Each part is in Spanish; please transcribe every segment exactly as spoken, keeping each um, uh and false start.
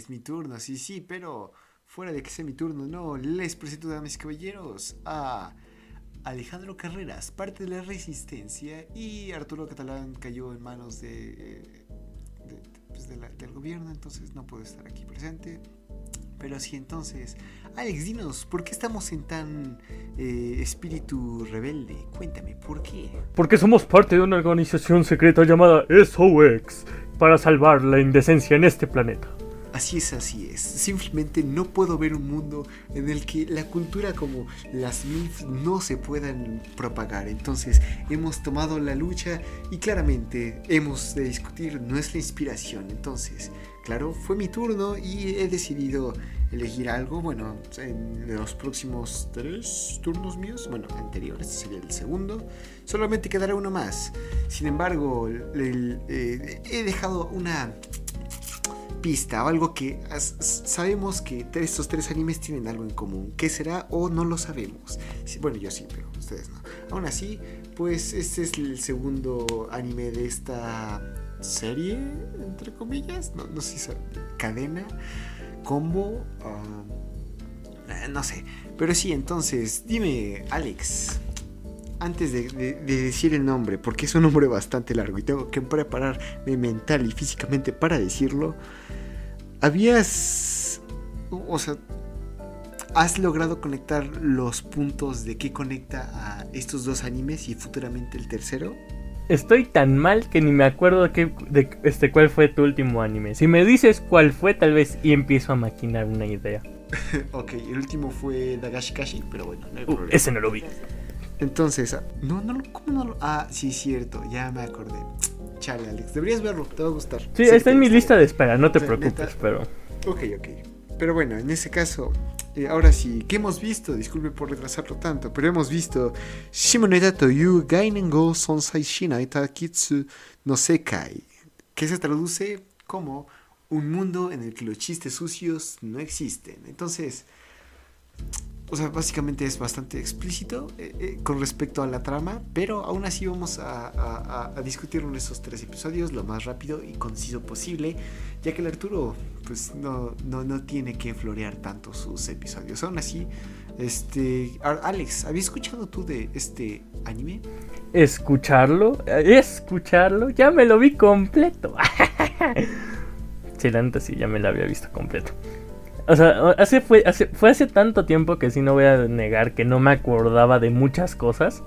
es mi turno, sí, sí, pero fuera de que sea mi turno, no, les presento, damas y caballeros, a Alejandro Carreras, parte de la Resistencia, y Arturo Catalán cayó en manos de, de, pues de la, del gobierno, entonces no puedo estar aquí presente. Pero sí, entonces, Alex, dinos, ¿por qué estamos en tan eh, espíritu rebelde? Cuéntame, ¿por qué? Porque somos parte de una organización secreta llamada S O X, para salvar la indecencia en este planeta. Así es, así es. Simplemente no puedo ver un mundo en el que la cultura como las M I L F no se puedan propagar. Entonces hemos tomado la lucha y claramente hemos de discutir nuestra inspiración. Entonces, claro, fue mi turno y he decidido elegir algo. Bueno, en los próximos tres turnos míos, bueno, anteriores, este sería el segundo, solamente quedará uno más. Sin embargo, el, el, eh, he dejado una pista o algo que as, sabemos que estos tres animes tienen algo en común. ¿Qué será o no lo sabemos? Bueno, yo sí, pero ustedes no. Aún así, pues este es el segundo anime de esta serie, entre comillas, no, no sé si es cadena, combo, uh, no sé. Pero sí, entonces, dime, Alex, antes de, de, de decir el nombre, porque es un nombre bastante largo y tengo que prepararme mental y físicamente para decirlo, ¿habías, o sea, has logrado conectar los puntos de qué conecta a estos dos animes y futuramente el tercero? Estoy tan mal que ni me acuerdo de, qué, de este, cuál fue tu último anime. Si me dices cuál fue, tal vez y empiezo a maquinar una idea. Ok, el último fue Dagashi Kashi, pero bueno, no hay uh, problema. Ese no lo vi. Entonces, no, no, ¿cómo no lo...? Ah, sí, cierto, ya me acordé. Chale, Alex, deberías verlo, te va a gustar. Sí, sé está en mi lista de espera, no te o sea, preocupes, neta, pero... Ok, ok. Pero bueno, en ese caso, eh, ahora sí, ¿qué hemos visto? Disculpe por retrasarlo tanto, pero hemos visto Shimoneta to Yu Gainen Go Sonsai Shinai Takitsu no Sekai, que se traduce como un mundo en el que los chistes sucios no existen. Entonces... O sea, básicamente es bastante explícito eh, eh, con respecto a la trama, pero aún así vamos a, a, a discutirlo en estos tres episodios lo más rápido y conciso posible, ya que el Arturo pues no, no, no tiene que florear tanto sus episodios. Aún así, este, Alex, ¿habías escuchado tú de este anime? ¿Escucharlo? ¿Escucharlo? Ya me lo vi completo. Sí, la neta sí, ya me lo había visto completo. O sea, hace, fue, hace, fue hace tanto tiempo que sí no voy a negar que no me acordaba de muchas cosas.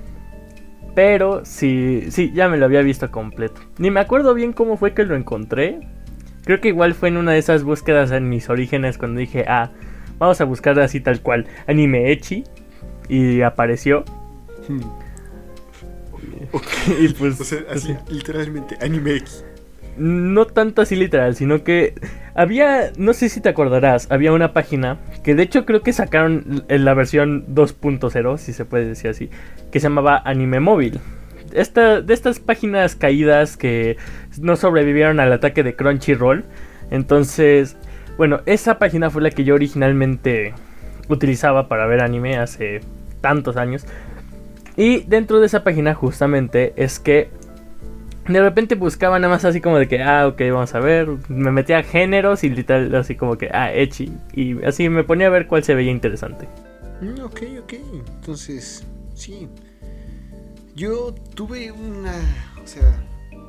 Pero sí, sí, ya me lo había visto completo. Ni me acuerdo bien cómo fue que lo encontré. Creo que igual fue en una de esas búsquedas en mis orígenes cuando dije, ah, vamos a buscar así tal cual, anime ecchi. Y apareció. Hmm. Okay. Y pues, o sea, así, así. Literalmente, anime ecchi. No tanto así literal, sino que había, no sé si te acordarás, había una página que de hecho creo que sacaron en la versión dos punto cero, si se puede decir así, que se llamaba Anime Móvil. Esta, de estas páginas caídas que no sobrevivieron al ataque de Crunchyroll. Entonces, bueno, esa página fue la que yo originalmente utilizaba para ver anime hace tantos años. Y dentro de esa página justamente es que de repente buscaba nada más así como de que, ah, ok, vamos a ver. Me metía a géneros y literal así como que, ah, ecchi. Y así me ponía a ver cuál se veía interesante. Mm, ok, ok. Entonces, sí. Yo tuve una... O sea...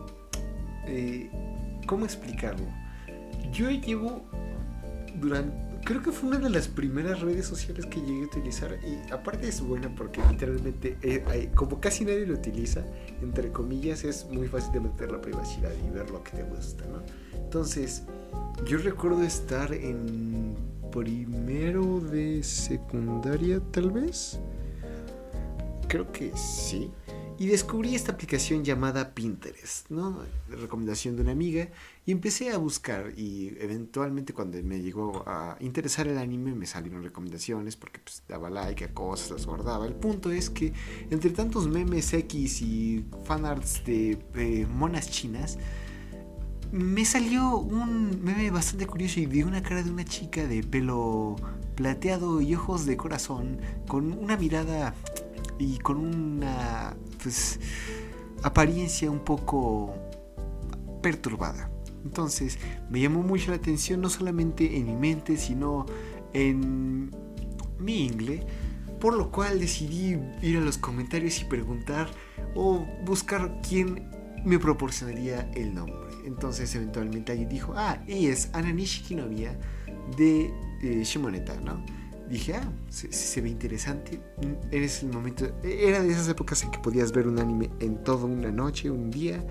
Eh, ¿Cómo explicarlo? Yo llevo durante... Creo que fue una de las primeras redes sociales que llegué a utilizar. Y aparte es buena porque literalmente eh, eh, como casi nadie lo utiliza, entre comillas, es muy fácil de meter la privacidad y ver lo que te gusta, ¿no? Entonces, yo recuerdo estar en primero de secundaria, tal vez. Creo que sí. Y descubrí esta aplicación llamada Pinterest, ¿no? De recomendación de una amiga. Y empecé a buscar. Y eventualmente cuando me llegó a interesar el anime me salieron recomendaciones. Porque pues daba like a cosas, las guardaba. El punto es que entre tantos memes X y fanarts de eh, monas chinas, me salió un meme bastante curioso y de una cara de una chica de pelo plateado y ojos de corazón. Con una mirada... y con una pues apariencia un poco perturbada. Entonces me llamó mucho la atención, no solamente en mi mente, sino en mi ingle, por lo cual decidí ir a los comentarios y preguntar o buscar quién me proporcionaría el nombre. Entonces eventualmente alguien dijo, ah, ella es Ananishi Kinomiya de eh, Shimoneta, ¿no? Dije, ah, se, se ve interesante. En ese momento, era de esas épocas en que podías ver un anime en toda una noche, un día.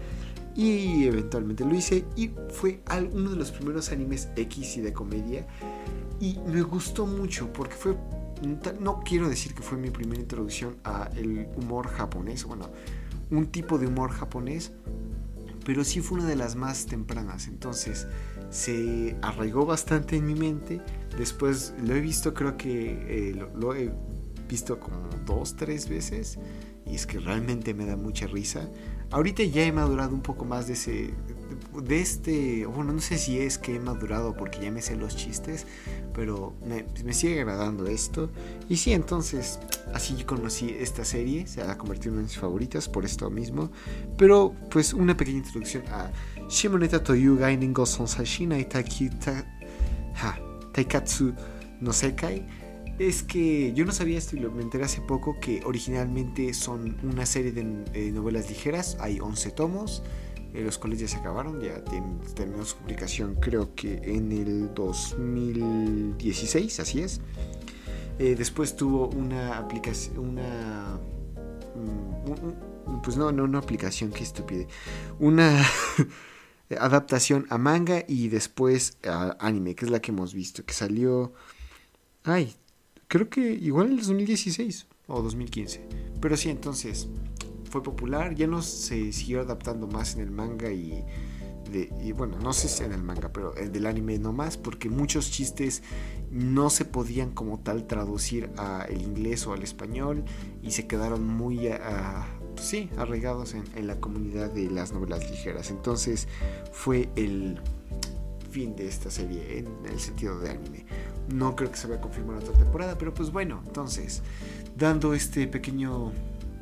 Y eventualmente lo hice. Y fue uno de los primeros animes X y de comedia. Y me gustó mucho porque fue... No quiero decir que fue mi primera introducción a el humor japonés. Bueno, un tipo de humor japonés. Pero sí fue una de las más tempranas. Entonces se arraigó bastante en mi mente. Después lo he visto, creo que eh, lo, lo he visto como dos, tres veces. Y es que realmente me da mucha risa. Ahorita ya he madurado un poco más de ese... De este... Bueno, no sé si es que he madurado porque ya me sé los chistes. Pero me, me sigue agradando esto. Y sí, entonces... Así yo conocí esta serie. Se ha convertido en una de mis favoritas por esto mismo. Pero pues una pequeña introducción a Shimoneta Toyu Gainen go Sonsashi Nai Taikita Ha Taikatsu no Sekai. Es que yo no sabía esto y lo me enteré hace poco, que originalmente son una serie de eh, novelas ligeras. Hay once tomos, eh, los cuales ya se acabaron, ya tienen, terminó su publicación creo que en el dos mil dieciséis, así es. Eh, después tuvo una aplicación, una... Um, un, un, pues no, no una aplicación, qué estúpide. Una... adaptación a manga y después a anime, que es la que hemos visto, que salió... Ay... Creo que igual en el dos mil dieciséis o dos mil quince. Pero sí, entonces fue popular. Ya no se siguió adaptando más en el manga y, de, y bueno, no sé si en el manga, pero el del anime no más, porque muchos chistes no se podían como tal traducir al inglés o al español y se quedaron muy a, a, pues sí, arraigados en, en la comunidad de las novelas ligeras. Entonces fue el fin de esta serie en el sentido de anime. No creo que se vaya a confirmar otra temporada, pero pues bueno, entonces, dando este pequeño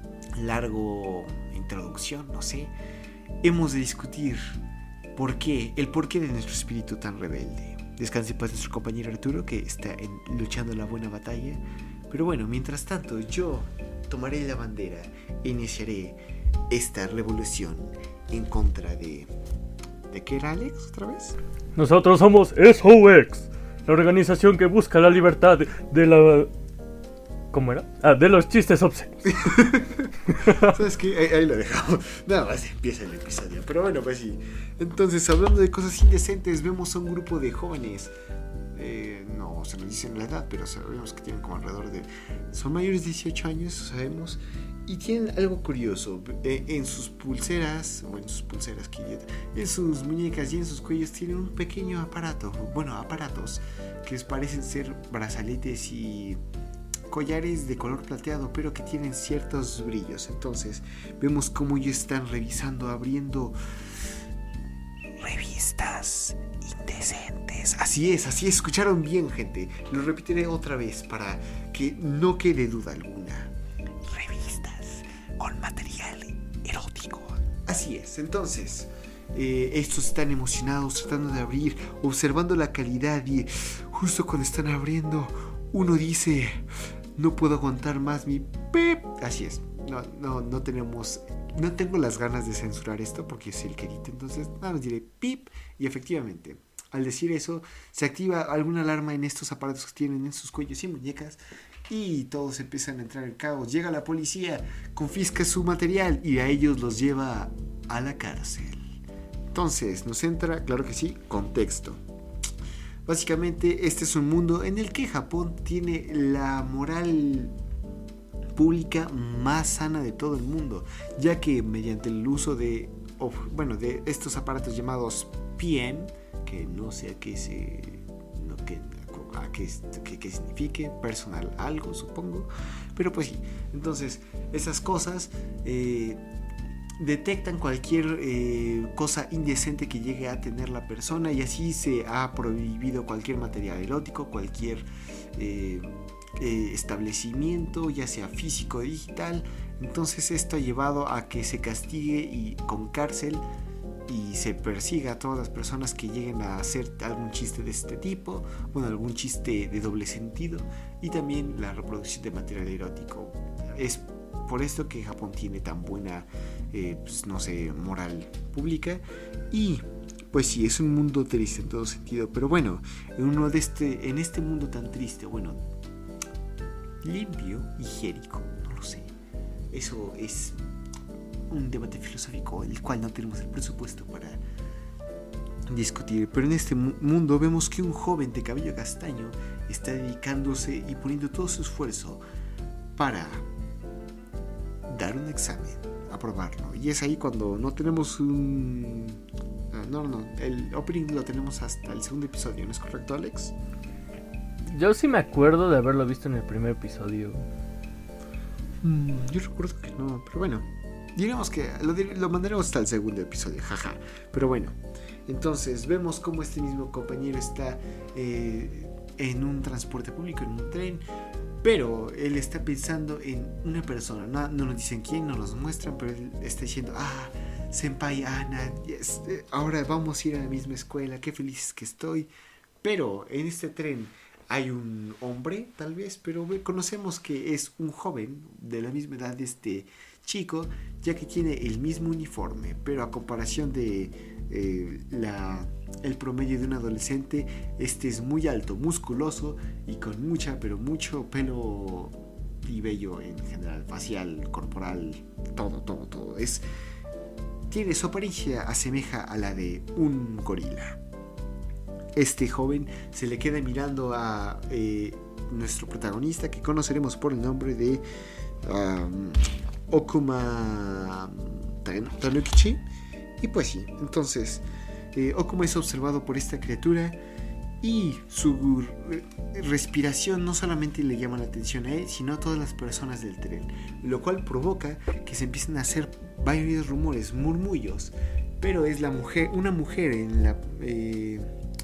largo introducción, no sé, hemos de discutir por qué, el porqué de nuestro espíritu tan rebelde. Descanse en paz nuestro compañero Arturo, que está en, luchando la buena batalla. Pero bueno, mientras tanto, yo tomaré la bandera e iniciaré esta revolución en contra de... ¿De qué era, Alex, otra vez? Nosotros somos S O X, la organización que busca la libertad de, de la... ¿Cómo era? Ah, de los chistes obscenos. ¿Sabes qué? Ahí, ahí lo dejamos. Nada más empieza el episodio. Pero bueno, pues sí. Entonces, hablando de cosas indecentes, vemos a un grupo de jóvenes. Eh, no se nos dice la edad, pero sabemos que tienen como alrededor de... Son mayores de dieciocho años, sabemos. Y tienen algo curioso. Eh, en sus pulseras, o en sus pulseras, que idiota, en sus muñecas y en sus cuellos tienen un pequeño aparato. Bueno, aparatos que les parecen ser brazaletes y collares de color plateado, pero que tienen ciertos brillos. Entonces, vemos cómo ellos están revisando, abriendo revistas indecentes. Así es, así es, escucharon bien, gente. Lo repetiré otra vez para que no quede duda alguna. Con material erótico. Así es, entonces eh, estos están emocionados tratando de abrir, observando la calidad, y justo cuando están abriendo uno dice: no puedo aguantar más mi pip. Así es, no, no, no tenemos, no tengo las ganas de censurar esto porque es el querito, entonces nada más diré pip. Y efectivamente, al decir eso, se activa alguna alarma en estos aparatos que tienen en sus cuellos y muñecas. Y todos empiezan a entrar en caos. Llega la policía, confisca su material y a ellos los lleva a la cárcel. Entonces, nos entra, claro que sí, contexto. Básicamente, este es un mundo en el que Japón tiene la moral pública más sana de todo el mundo, ya que mediante el uso de, bueno, de estos aparatos llamados P M, que no sé a qué se... No, que, a qué, qué, qué signifique, personal algo, supongo, pero pues sí, entonces esas cosas eh, detectan cualquier eh, cosa indecente que llegue a tener la persona, y así se ha prohibido cualquier material erótico, cualquier eh, eh, establecimiento, ya sea físico o digital. Entonces esto ha llevado a que se castigue y con cárcel y se persiga a todas las personas que lleguen a hacer algún chiste de este tipo, bueno, algún chiste de doble sentido, y también la reproducción de material erótico. Es por esto que Japón tiene tan buena, eh, pues, no sé, moral pública. Y pues sí, es un mundo triste en todo sentido, pero bueno, en, uno de este, en este mundo tan triste, bueno, limpio, higiénico, no lo sé, eso es un debate filosófico el cual no tenemos el presupuesto para discutir, pero en este mundo vemos que un joven de cabello castaño está dedicándose y poniendo todo su esfuerzo para dar un examen, aprobarlo, y es ahí cuando no tenemos un... no, no, no, el opening lo tenemos hasta el segundo episodio, ¿no es correcto, Alex? Yo sí me acuerdo de haberlo visto en el primer episodio. Mm, yo recuerdo que no, pero bueno, digamos que lo, lo mandaremos hasta el segundo episodio, jaja. Pero bueno, entonces vemos cómo este mismo compañero está eh, en un transporte público, en un tren, pero él está pensando en una persona. No, no nos dicen quién, no nos muestran, pero él está diciendo, ah, Senpai Ana, yes, ahora vamos a ir a la misma escuela, qué feliz que estoy. Pero en este tren hay un hombre, tal vez, pero conocemos que es un joven de la misma edad de este chico, ya que tiene el mismo uniforme, pero a comparación de eh, la, el promedio de un adolescente, este es muy alto, musculoso y con mucha, pero mucho pelo y vello en general, facial, corporal, todo, todo, todo. Es, tiene su apariencia asemeja a la de un gorila. Este joven se le queda mirando a eh, nuestro protagonista, que conoceremos por el nombre de um, Okuma Tanukichi. Y pues sí, entonces eh, Okuma es observado por esta criatura y su respiración no solamente le llama la atención a él, sino a todas las personas del tren, lo cual provoca que se empiecen a hacer varios rumores, murmullos. Pero es la mujer, una mujer en la eh,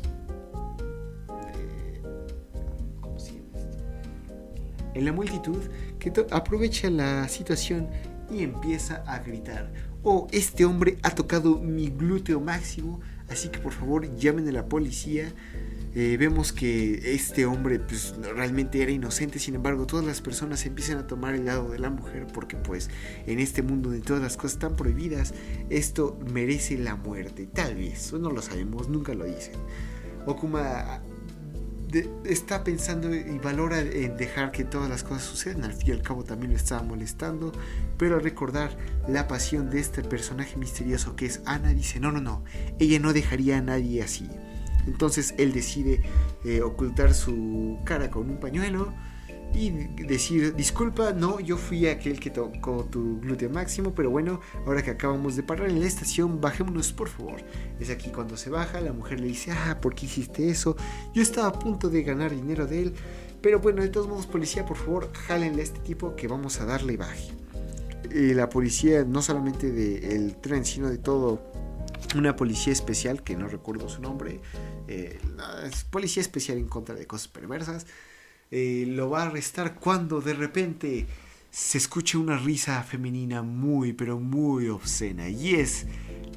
en la multitud que to- aprovecha la situación y empieza a gritar: oh, este hombre ha tocado mi glúteo máximo, así que por favor llamen a la policía. Eh, vemos que este hombre pues realmente era inocente, sin embargo todas las personas empiezan a tomar el lado de la mujer, porque pues en este mundo donde todas las cosas están prohibidas, esto merece la muerte, tal vez, no lo sabemos, nunca lo dicen. Okuma de, está pensando y valora en dejar que todas las cosas sucedan, al fin y al cabo también lo estaba molestando, pero al recordar la pasión de este personaje misterioso que es Ana, dice no, no, no, ella no dejaría a nadie así. Entonces él decide eh, ocultar su cara con un pañuelo y decir: disculpa, no, yo fui aquel que tocó tu glúteo máximo, pero bueno, ahora que acabamos de parar en la estación, bajémonos por favor. Es aquí cuando se baja, la mujer le dice: ah, ¿por qué hiciste eso? Yo estaba a punto de ganar dinero de él, pero bueno, de todos modos, policía, por favor, jálenle a este tipo que vamos a darle baje. Y la policía, no solamente del tren, sino de todo, una policía especial, que no recuerdo su nombre, eh, es policía especial en contra de cosas perversas, eh, lo va a arrestar cuando de repente se escucha una risa femenina muy, pero muy obscena, y es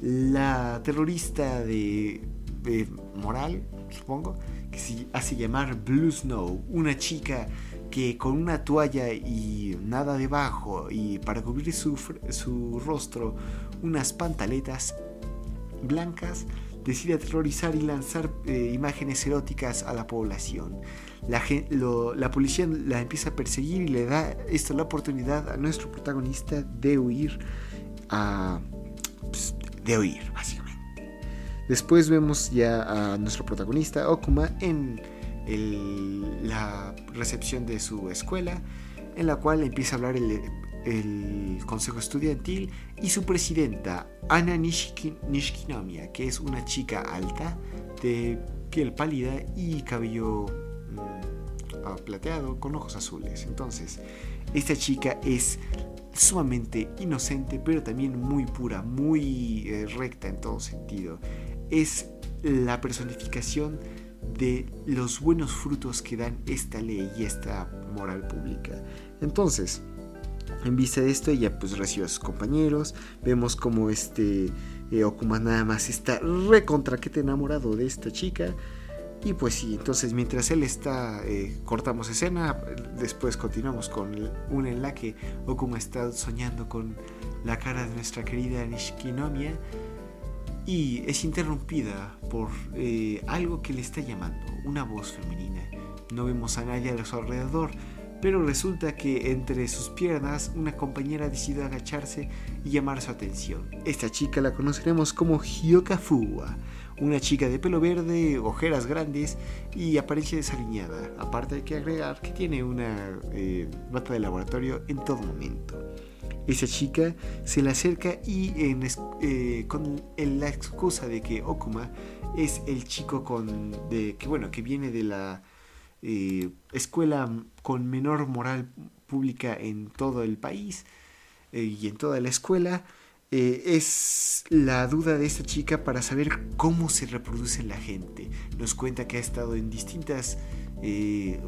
la terrorista de, de moral, supongo, que se hace llamar Blue Snow, una chica que con una toalla y nada debajo, y para cubrir su, su rostro unas pantaletas blancas, decide aterrorizar y lanzar eh, imágenes eróticas a la población. La, lo, la policía la empieza a perseguir y le da esto la oportunidad a nuestro protagonista de huir, a, pues, de huir básicamente. Después vemos ya a nuestro protagonista Okuma en el, la recepción de su escuela, en la cual empieza a hablar el el consejo estudiantil y su presidenta Ana Nishiki, Nishikinomiya, que es una chica alta de piel pálida y cabello mmm, plateado con ojos azules. Entonces esta chica es sumamente inocente, pero también muy pura, muy eh, recta en todo sentido. Es la personificación de los buenos frutos que dan esta ley y esta moral pública. Entonces, en vista de esto, ella pues recibe a sus compañeros. Vemos como este Eh, Okuma nada más está recontra que te enamorado de esta chica. Y pues sí, entonces mientras él está, eh, cortamos escena, después continuamos con una en la que Okuma está soñando con la cara de nuestra querida Nishikinomiya y es interrumpida por eh, algo que le está llamando, una voz femenina. No vemos a nadie a su alrededor, pero resulta que entre sus piernas una compañera decidió agacharse y llamar su atención. Esta chica la conoceremos como Hyoka Fuwa, una chica de pelo verde, ojeras grandes y apariencia desaliñada. Aparte hay que agregar que tiene una eh, bata de laboratorio en todo momento. Esa chica se le acerca y en, eh, con la excusa de que Okuma es el chico con, de, que, bueno, que viene de la eh, escuela con menor moral pública en todo el país eh, y en toda la escuela. Eh, es la duda de esta chica para saber cómo se reproduce la gente. Nos cuenta que ha estado en distintas eh,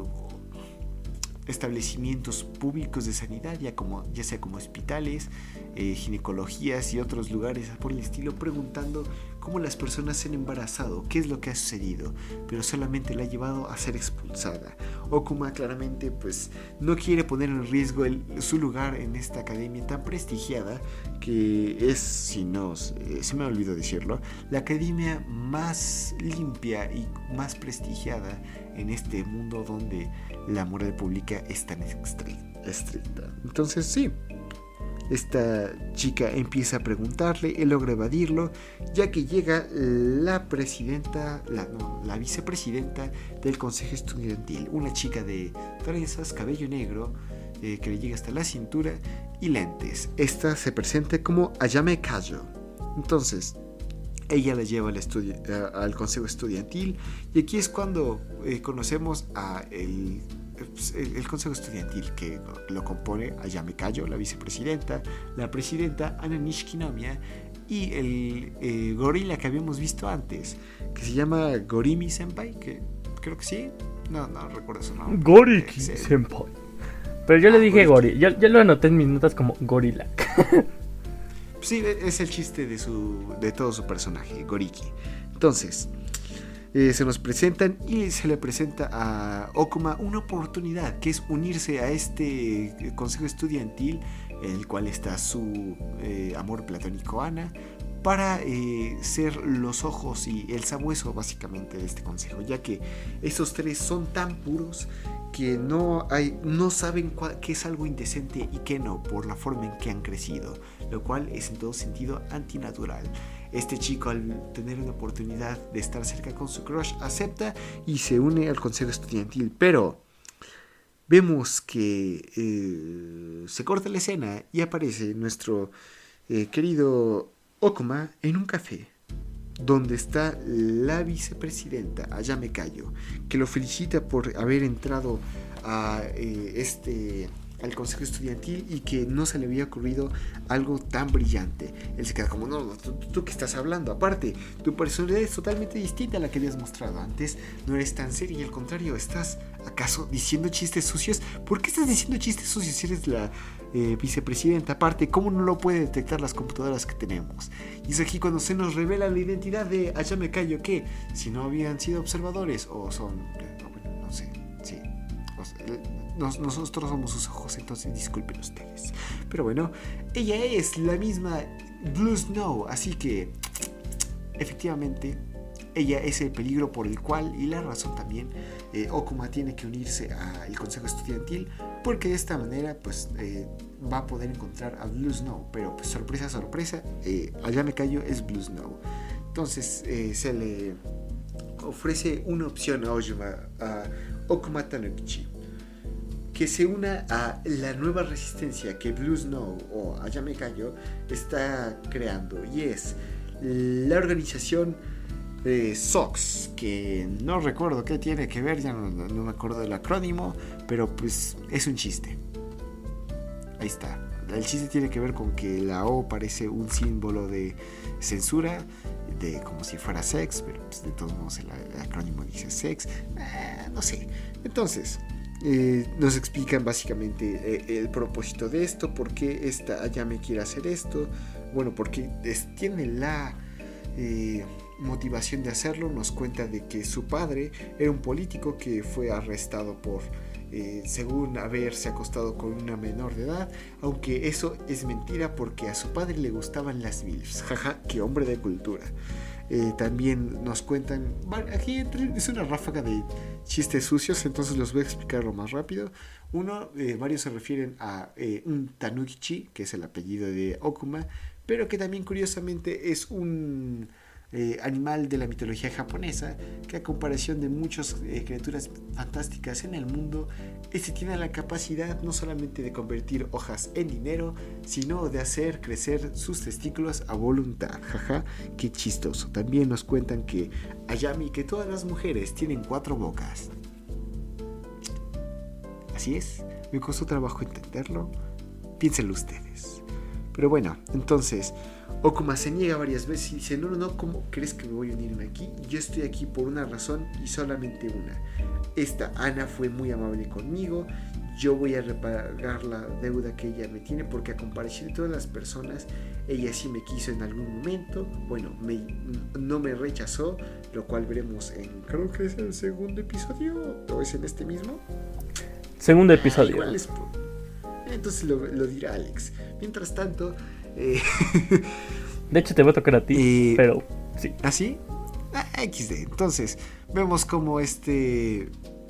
establecimientos públicos de sanidad, ya, como, ya sea como hospitales, eh, ginecologías y otros lugares por el estilo, preguntando cómo las personas se han embarazado, qué es lo que ha sucedido, pero solamente la ha llevado a ser expulsada. Okuma claramente pues no quiere poner en riesgo el, su lugar en esta academia tan prestigiada, que es, si no, eh, se me olvidó decirlo, la academia más limpia y más prestigiada en este mundo donde la moral pública es tan estricta. Entonces sí, esta chica empieza a preguntarle, él logra evadirlo, ya que llega la presidenta, la, no, la vicepresidenta del consejo estudiantil, una chica de trenzas, cabello negro, eh, que le llega hasta la cintura y lentes. Esta se presenta como Ayame Kayo. Entonces ella la lleva al, estudio, a, al consejo estudiantil y aquí es cuando eh, conocemos a el El, el consejo estudiantil, que lo compone Ayame Kayo, la vicepresidenta, la presidenta Ana Nishikinomiya y el eh, gorila que habíamos visto antes, que se llama Gorimi Senpai, que creo que sí, no, no recuerdo su nombre. Goriki eh, Senpai. Pero yo ah, le dije Gorila, yo, yo lo anoté en mis notas como gorila. Sí, es el chiste de, su, de todo su personaje, Goriki. Entonces Eh, se nos presentan y se le presenta a Okuma una oportunidad, que es unirse a este consejo estudiantil, en el cual está su eh, amor platónico Ana, para eh, ser los ojos y el sabueso básicamente de este consejo, ya que esos tres son tan puros que no, hay, no saben cuál, qué es algo indecente y qué no, por la forma en que han crecido, lo cual es en todo sentido antinatural. Este chico, al tener una oportunidad de estar cerca con su crush, acepta y se une al consejo estudiantil, pero vemos que eh, se corta la escena y aparece nuestro eh, querido Okuma en un café donde está la vicepresidenta Ayame Kayo, que lo felicita por haber entrado a eh, este al consejo estudiantil y que no se le había ocurrido algo tan brillante. Él se queda como, no, ¿tú, tú qué estás hablando? Aparte, tu personalidad es totalmente distinta a la que habías mostrado antes, no eres tan seria y al contrario, ¿estás acaso diciendo chistes sucios? ¿Por qué estás diciendo chistes sucios si eres la eh, vicepresidenta? Aparte, ¿cómo no lo puede detectar las computadoras que tenemos? Y es aquí cuando se nos revela la identidad de Ayame Kayo, que si no habían sido observadores o son, eh, no, bueno, no sé, sí, o sea, Nos, nosotros somos sus ojos, entonces disculpen ustedes. Pero bueno, ella es la misma Blue Snow, así que efectivamente ella es el peligro por el cual y la razón también eh, Okuma tiene que unirse al consejo estudiantil, porque de esta manera pues eh, va a poder encontrar a Blue Snow. Pero pues sorpresa, sorpresa, eh, Ayame Kayo es Blue Snow. Entonces eh, se le ofrece una opción a Ojima, a Okuma Tanukichi, que se una a la nueva resistencia que Blue Snow o Ayame Kayo está creando, y es la organización eh, S O X, que no recuerdo qué tiene que ver, ya no, no me acuerdo del acrónimo, pero pues es un chiste. Ahí está. El chiste tiene que ver con que la O parece un símbolo de censura, de como si fuera sex, pero pues de todos modos el, el acrónimo dice sex, eh, no sé. Entonces Eh, nos explican básicamente eh, el propósito de esto, por qué esta Ayame quiere hacer esto, bueno, porque es, tiene la eh, motivación de hacerlo. Nos cuenta de que su padre era un político que fue arrestado por, eh, según haberse acostado con una menor de edad, aunque eso es mentira porque a su padre le gustaban las milfs. Jaja, qué hombre de cultura. Eh, también nos cuentan, aquí es una ráfaga de chistes sucios, entonces los voy a explicar lo más rápido. Uno, eh, varios se refieren a eh, un Tanukichi, que es el apellido de Okuma, pero que también curiosamente es un eh, animal de la mitología japonesa, que a comparación de muchas eh, criaturas fantásticas en el mundo, este tiene la capacidad no solamente de convertir hojas en dinero, sino de hacer crecer sus testículos a voluntad. Jaja, qué chistoso. También nos cuentan que Ayami, que todas las mujeres tienen cuatro bocas. Así es, me costó trabajo entenderlo. Piénsenlo ustedes. Pero bueno, entonces Okuma se niega varias veces y dice: no, no, no, ¿cómo crees que me voy a unirme aquí? Yo estoy aquí por una razón y solamente una. Esta Ana fue muy amable conmigo. Yo voy a repagar la deuda que ella me tiene, porque a comparación de todas las personas, ella sí me quiso en algún momento. Bueno, me, no me rechazó, lo cual veremos en, creo que es el segundo episodio, o es en este mismo. Segundo episodio. Ah, es, entonces lo, lo dirá Alex. Mientras tanto, eh, de hecho te va a tocar a ti, eh, pero sí. ¿Ah, sí? Ah, equis de. Entonces, vemos como este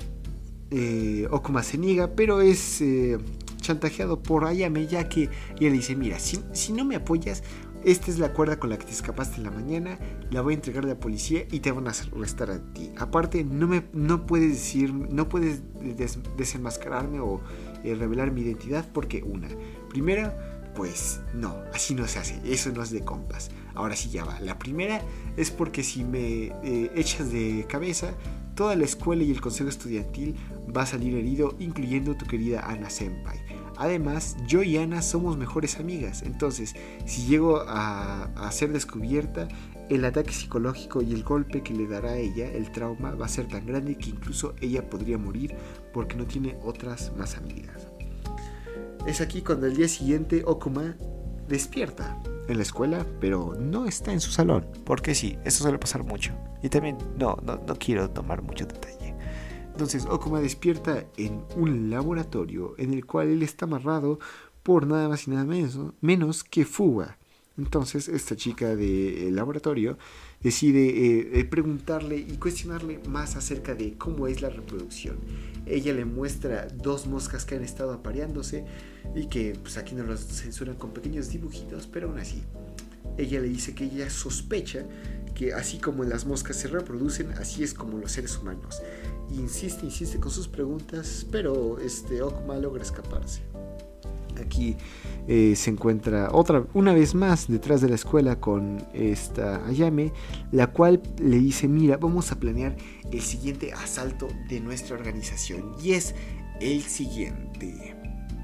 eh, Okuma se niega, pero es eh, chantajeado por Ayame, ya que ella le dice: mira, si, si no me apoyas, esta es la cuerda con la que te escapaste en la mañana, la voy a entregar a la policía y te van a arrestar a ti. Aparte, no me no puedes decir, no puedes des, desenmascararme o eh, revelar mi identidad, porque una, primera, pues no, así no se hace, eso no es de compas. Ahora sí, ya va. La primera es porque si me eh, echas de cabeza, toda la escuela y el consejo estudiantil va a salir herido, incluyendo tu querida Ana Senpai. Además, yo y Ana somos mejores amigas, entonces si llego a, a ser descubierta, el ataque psicológico y el golpe que le dará a ella, el trauma, va a ser tan grande que incluso ella podría morir porque no tiene otras más amigas. Es aquí cuando al día siguiente Okuma despierta en la escuela, pero no está en su salón, porque sí, eso suele pasar mucho. Y también no, no, no quiero tomar mucho detalle. Entonces Okuma despierta en un laboratorio en el cual él está amarrado por nada más y nada menos, menos que Fuwa. Entonces esta chica del laboratorio decide eh, eh, preguntarle y cuestionarle más acerca de cómo es la reproducción. Ella le muestra dos moscas que han estado apareándose y que pues aquí no los censuran con pequeños dibujitos, pero aún así ella le dice que ella sospecha que así como las moscas se reproducen, así es como los seres humanos. Insiste, insiste con sus preguntas, pero este Okuma logra escaparse. Aquí eh, se encuentra otra una vez más detrás de la escuela con esta Ayame, la cual le dice: mira, vamos a planear el siguiente asalto de nuestra organización, y es el siguiente.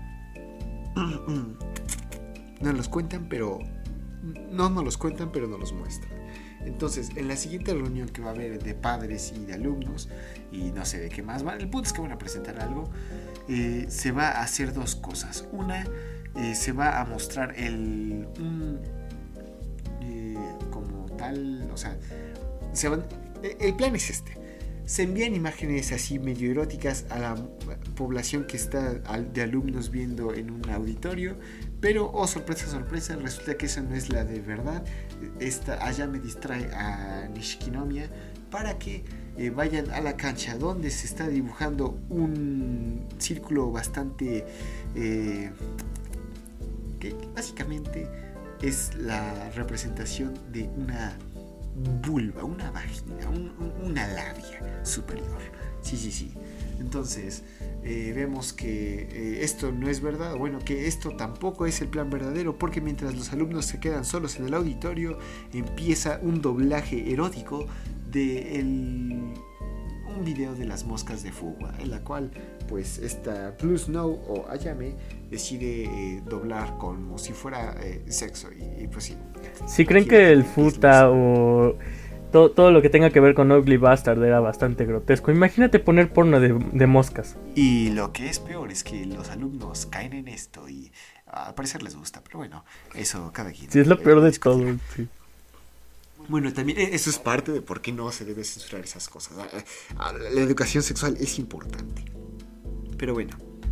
No los cuentan, pero no nos los cuentan, pero nos los muestran. Entonces, en la siguiente reunión que va a haber de padres y de alumnos, y no sé de qué más, el punto es que van a presentar algo, eh, se va a hacer dos cosas. Una, eh, se va a mostrar el un, eh, como tal, o sea, se van, el plan es este. Se envían imágenes así medio eróticas a la población que está de alumnos viendo en un auditorio, pero, oh sorpresa, sorpresa, resulta que esa no es la de verdad. Esta Ayame distrae a Nishikinomiya para que eh, vayan a la cancha donde se está dibujando un círculo bastante eh, que básicamente es la representación de una vulva, una vagina, un, un, una labia superior. Sí, sí, sí. Entonces eh, vemos que eh, esto no es verdad, bueno, que esto tampoco es el plan verdadero, porque mientras los alumnos se quedan solos en el auditorio, empieza un doblaje erótico de el, un video de las moscas de Fuwa, en la cual pues esta Blue Snow o Ayame decide eh, doblar como si fuera eh, sexo, y, y pues sí. Si creen que el futa o todo, todo lo que tenga que ver con Ugly Bastard era bastante grotesco. Imagínate poner porno de, de moscas. Y lo que es peor es que los alumnos caen en esto y al parecer les gusta, pero bueno, eso cada quien. Sí, es lo peor de todo, sí. Bueno, también eso es parte de por qué no se debe censurar esas cosas. La educación sexual es importante. Pero bueno.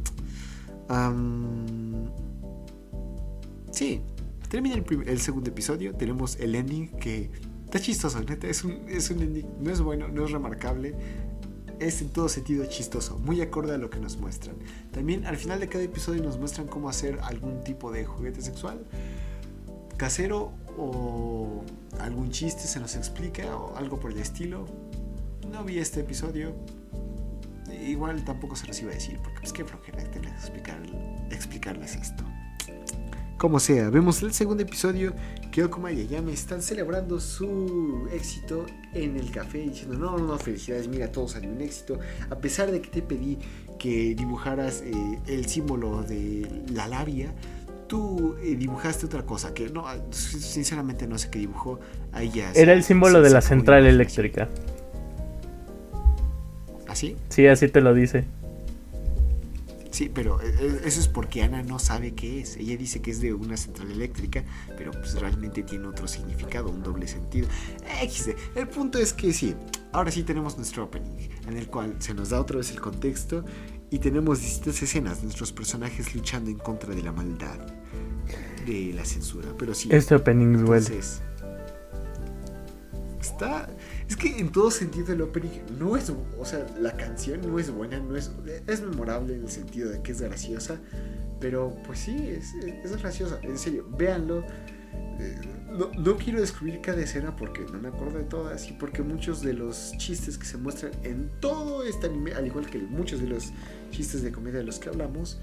Um, sí, termina el, primer, el segundo episodio. Tenemos el ending que está chistoso, neta. Es un, es un ending, no es bueno, no es remarcable. Es en todo sentido chistoso, muy acorde a lo que nos muestran. También al final de cada episodio nos muestran cómo hacer algún tipo de juguete sexual casero o algún chiste se nos explica o algo por el estilo. No vi este episodio, igual tampoco se los iba a decir porque pues qué flojera explicar, explicarles esto. Como sea, vemos el segundo episodio que Okuma y Ayame están celebrando su éxito en el café diciendo no, no, no, felicidades, mira, todo salió un éxito a pesar de que te pedí que dibujaras eh, el símbolo de la labia. Tú eh, dibujaste otra cosa que no, sinceramente no sé qué dibujó. Ahí ya era se, el símbolo se, de se la central eléctrica. ¿Así? Sí, así te lo dice. Sí, pero eh, eso es porque Ana no sabe qué es. Ella dice que es de una central eléctrica, pero pues realmente tiene otro significado, un doble sentido. X D. El punto es que sí, ahora sí tenemos nuestro opening, en el cual se nos da otra vez el contexto y tenemos distintas escenas de nuestros personajes luchando en contra de la maldad, de la censura. Pero sí, este opening duele. Entonces, está... Es que en todo sentido el opening no es... O sea, la canción no es buena, no es... Es memorable en el sentido de que es graciosa, pero pues sí, es, es graciosa. En serio, véanlo. Eh, no, no quiero describir cada escena porque no me acuerdo de todas y porque muchos de los chistes que se muestran en todo este anime, al igual que muchos de los chistes de comedia de los que hablamos,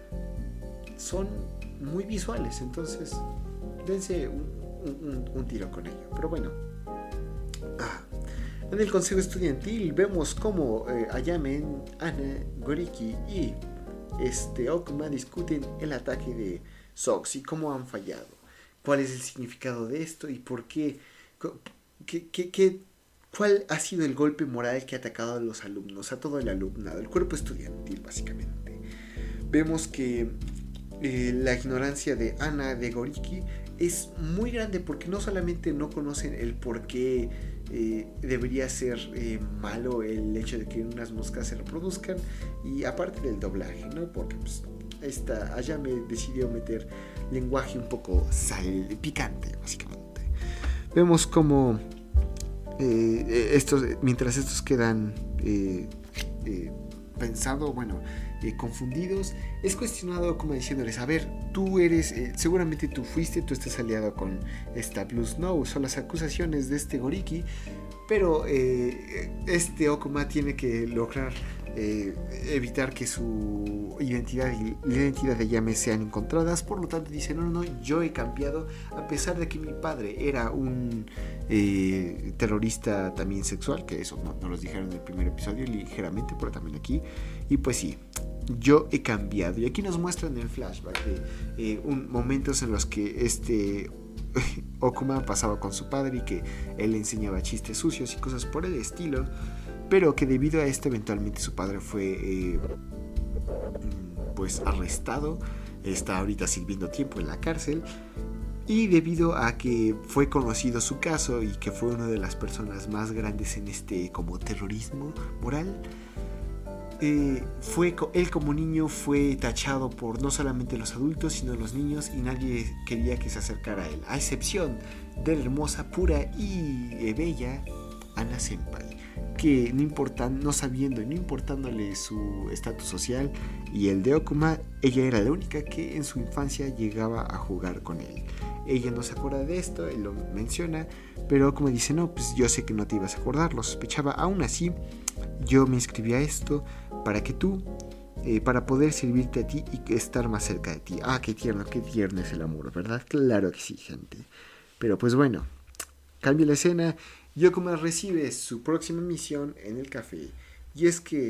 son muy visuales. Entonces, dense un, un, un tiro con ello. Pero bueno... Ah. En el consejo estudiantil vemos cómo eh, Ayame, Ana, Goriki y este, Okuma discuten el ataque de Sox y cómo han fallado. ¿Cuál es el significado de esto y por qué? ¿Qué, qué, qué, ¿Cuál ha sido el golpe moral que ha atacado a los alumnos, a todo el alumnado, el cuerpo estudiantil básicamente? Vemos que eh, la ignorancia de Ana, de Goriki, es muy grande porque no solamente no conocen el por qué eh, debería ser eh, malo el hecho de que unas moscas se reproduzcan, y aparte del doblaje, ¿no? Porque pues, esta Ayame decidió meter lenguaje un poco sal, picante, básicamente. Vemos como eh, estos, mientras estos quedan eh, eh, pensando, bueno, eh, confundidos, es cuestionado como diciéndoles, a ver, tú eres, eh, seguramente tú fuiste, tú estás aliado con esta Blue Snow, son las acusaciones de este Goriki, pero eh, este Okuma tiene que lograr eh, evitar que su identidad y la identidad de Ayame sean encontradas, por lo tanto dice, no, no, no, yo he cambiado, a pesar de que mi padre era un eh, terrorista también sexual, que eso no, no los dijeron en el primer episodio, ligeramente, pero también aquí, y pues sí, yo he cambiado. Y aquí nos muestran el flashback de eh, un, momentos en los que este Okuma pasaba con su padre y que él le enseñaba chistes sucios y cosas por el estilo, pero que debido a esto eventualmente su padre fue eh, pues arrestado, está ahorita sirviendo tiempo en la cárcel, y debido a que fue conocido su caso y que fue una de las personas más grandes en este como terrorismo moral, Eh, fue, él como niño fue tachado por no solamente los adultos sino los niños, y nadie quería que se acercara a él, a excepción de la hermosa, pura y eh, bella Ana Senpai, que no, importan, no sabiendo y no importándole su estatus social y el de Okuma, ella era la única que en su infancia llegaba a jugar con él. Ella no se acuerda de esto, él lo menciona, pero Okuma dice, no, pues yo sé que no te ibas a acordar, lo sospechaba. Aún así, yo me inscribí a esto para que tú, eh, para poder servirte a ti y estar más cerca de ti. Ah, qué tierno, qué tierno es el amor, ¿verdad? Claro que sí, gente. Pero pues bueno, cambia la escena y Okuma recibe su próxima misión en el café. Y es que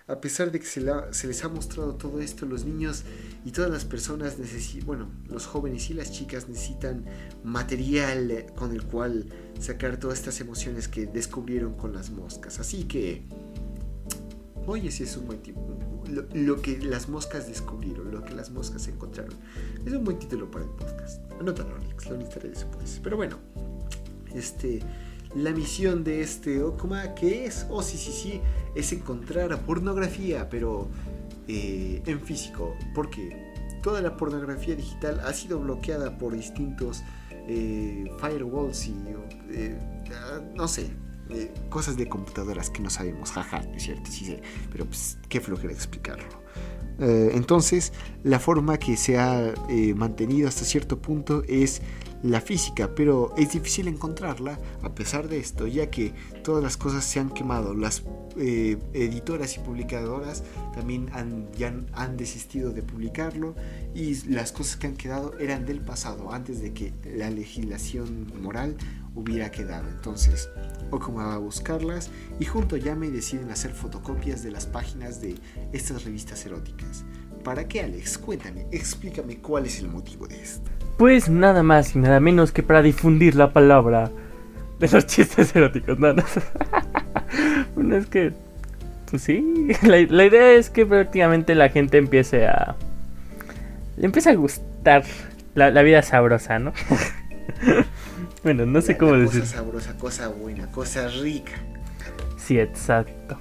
a pesar de que se, la, se les ha mostrado todo esto, los niños y todas las personas necesitan, bueno, los jóvenes y las chicas necesitan material con el cual sacar todas estas emociones que descubrieron con las moscas. Así que, oye, sí es un buen tipo. Lo, lo que las moscas descubrieron, lo que las moscas encontraron. Es un buen título para el podcast. Anótalo, Alex, lo necesitaré después. Pero bueno, este... la misión de este Okuma, ¿qué es? Oh, sí, sí, sí, es encontrar pornografía, pero eh, en físico, porque toda la pornografía digital ha sido bloqueada por distintos eh, firewalls y eh, no sé, eh, cosas de computadoras que no sabemos, jaja, ¿no es cierto? Sí sé, pero pues qué flojera explicarlo. Eh, entonces, la forma que se ha eh, mantenido hasta cierto punto es la física, pero es difícil encontrarla a pesar de esto, ya que todas las cosas se han quemado. Las eh, editoras y publicadoras también han, ya han desistido de publicarlo, y las cosas que han quedado eran del pasado, antes de que la legislación moral hubiera quedado. Entonces Okuma va a buscarlas y junto a Yame deciden hacer fotocopias de las páginas de estas revistas eróticas. ¿Para qué, Alex? Cuéntame, explícame cuál es el motivo de esto. Pues nada más y nada menos que para difundir la palabra de los chistes eróticos. No, no. Bueno, es que, pues sí, la, la idea es que prácticamente la gente empiece a... le empieza a gustar la, la vida sabrosa, ¿no? Bueno, no sé la, cómo la decir. Cosa sabrosa, cosa buena, cosa rica. Sí, exacto.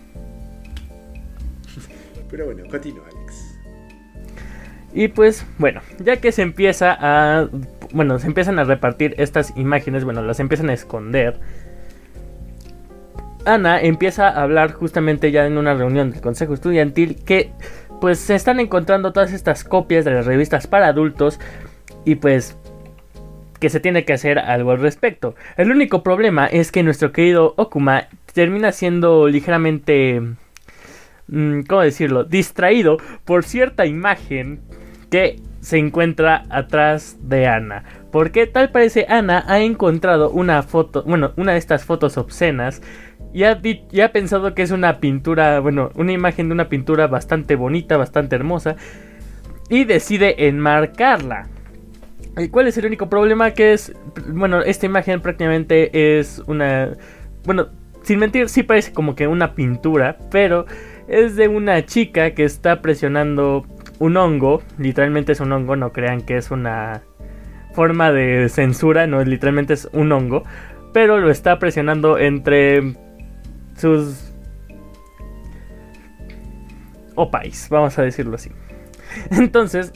Pero bueno, continúa, Alex. Y pues, bueno, ya que se empieza a... bueno, se empiezan a repartir estas imágenes, bueno, las empiezan a esconder. Ana empieza a hablar justamente ya en una reunión del consejo estudiantil que pues se están encontrando todas estas copias de las revistas para adultos y pues que se tiene que hacer algo al respecto. El único problema es que nuestro querido Okuma termina siendo ligeramente... ¿cómo decirlo? Distraído por cierta imagen que se encuentra atrás de Ana. Porque tal parece Ana ha encontrado una foto, bueno, una de estas fotos obscenas y ha, y ha pensado que es una pintura, bueno, una imagen de una pintura bastante bonita, bastante hermosa, y decide enmarcarla. ¿Y cuál es el único problema? Que es, bueno, esta imagen prácticamente es una, bueno, sin mentir, sí parece como que una pintura, pero es de una chica que está presionando un hongo. Literalmente es un hongo, no crean que es una forma de censura, no, literalmente es un hongo, pero lo está presionando entre sus opais, vamos a decirlo así. Entonces,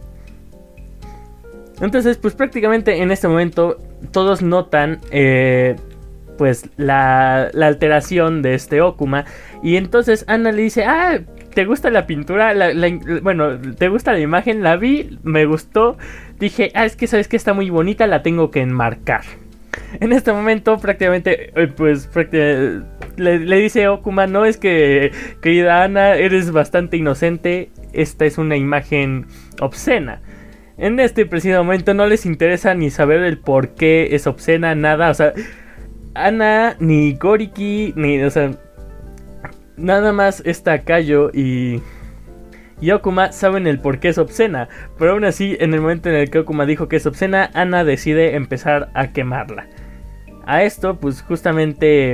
entonces pues prácticamente en este momento todos notan eh, pues la, la alteración de este Okuma. Y entonces Ana le dice, ah, ¿te gusta la pintura? La, la, bueno, ¿te gusta la imagen? La vi, me gustó. Dije, ah, es que sabes que está muy bonita, la tengo que enmarcar. En este momento prácticamente, pues prácticamente, le, le dice Okuma, no, es que, querida Ana, eres bastante inocente. Esta es una imagen obscena. En este preciso momento no les interesa ni saber el por qué es obscena, nada. O sea, Ana, ni Goriki, ni, o sea, nada más está Kayo y, y Okuma saben el por qué es obscena. Pero aún así, en el momento en el que Okuma dijo que es obscena, Ana decide empezar a quemarla. A esto, pues justamente...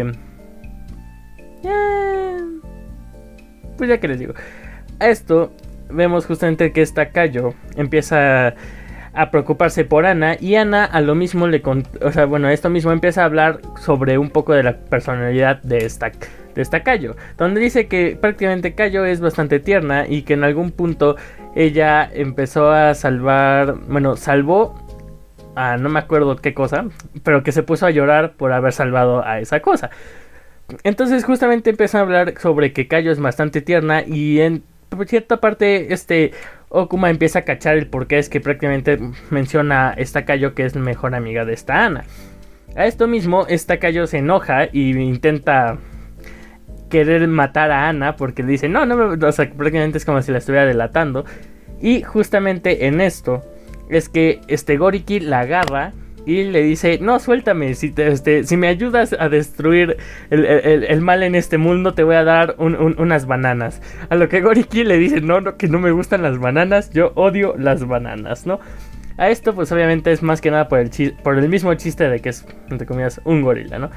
Eh, pues ya que les digo. A esto, vemos justamente que esta Kayo empieza a preocuparse por Ana. Y Ana a lo mismo le... O sea, bueno, esto mismo empieza a hablar sobre un poco de la personalidad de esta... de esta Kayo, donde dice que prácticamente Kayo es bastante tierna y que en algún punto ella empezó a salvar, bueno, salvó a no me acuerdo qué cosa, pero que se puso a llorar por haber salvado a esa cosa. Entonces justamente empieza a hablar sobre que Kayo es bastante tierna y en cierta parte este Okuma empieza a cachar el porqué es que prácticamente menciona a esta Kayo que es mejor amiga de esta Ana. A esto mismo esta Kayo se enoja y intenta querer matar a Ana porque le dice no, no me... o sea, prácticamente es como si la estuviera delatando. Y justamente en esto es que este Goriki la agarra y le dice, no, suéltame, si, te, este, si me ayudas a destruir el, el, el mal en este mundo, te voy a dar un, un, unas bananas. A lo que Goriki le dice, no, no, que no me gustan las bananas, yo odio las bananas, ¿no? A esto pues obviamente es más que nada por el, chi- por el mismo chiste de que es, entre comillas, un gorila, ¿no?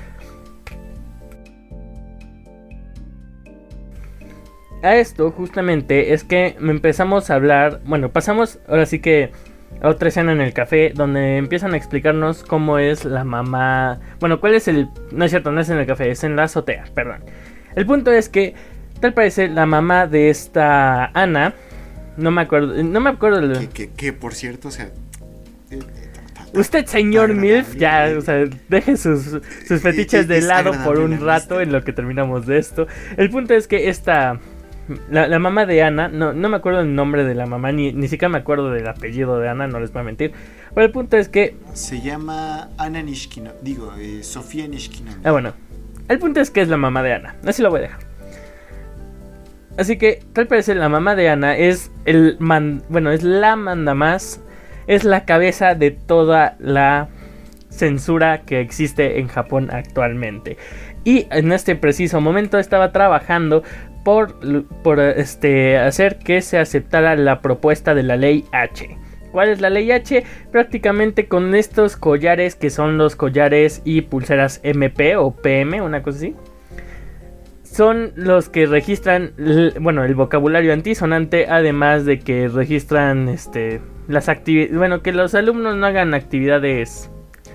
A esto justamente es que empezamos a hablar, bueno, pasamos ahora sí que a otra escena en el café donde empiezan a explicarnos cómo es la mamá, bueno, cuál es el, no es cierto, no es en el café, es en la azotea, perdón. El punto es que tal parece la mamá de esta Ana, no me acuerdo, no me acuerdo del... Que, que, que por cierto, o sea... Usted, señor Milf, ya, o sea, deje sus, sus fetiches de lado por un rato en lo que terminamos de esto. El punto es que esta... La, la mamá de Ana, no, no me acuerdo el nombre de la mamá, ni, ni siquiera me acuerdo del apellido de Ana, no les voy a mentir. Pero el punto es que... Se llama Ana Nishkino, digo, eh, Sofía Nishkino. Ah, bueno. El punto es que es la mamá de Ana, así lo voy a dejar. Así que, tal parece la mamá de Ana es el man, bueno, es la mandamás, es la cabeza de toda la censura que existe en Japón actualmente. Y en este preciso momento estaba trabajando por, por este, hacer que se aceptara la propuesta de la ley H. ¿Cuál es la ley H? Prácticamente con estos collares que son los collares y pulseras M P o P M, una cosa así. Son los que registran, bueno, el vocabulario antisonante, además de que registran este, las actividades, bueno, que los alumnos no hagan actividades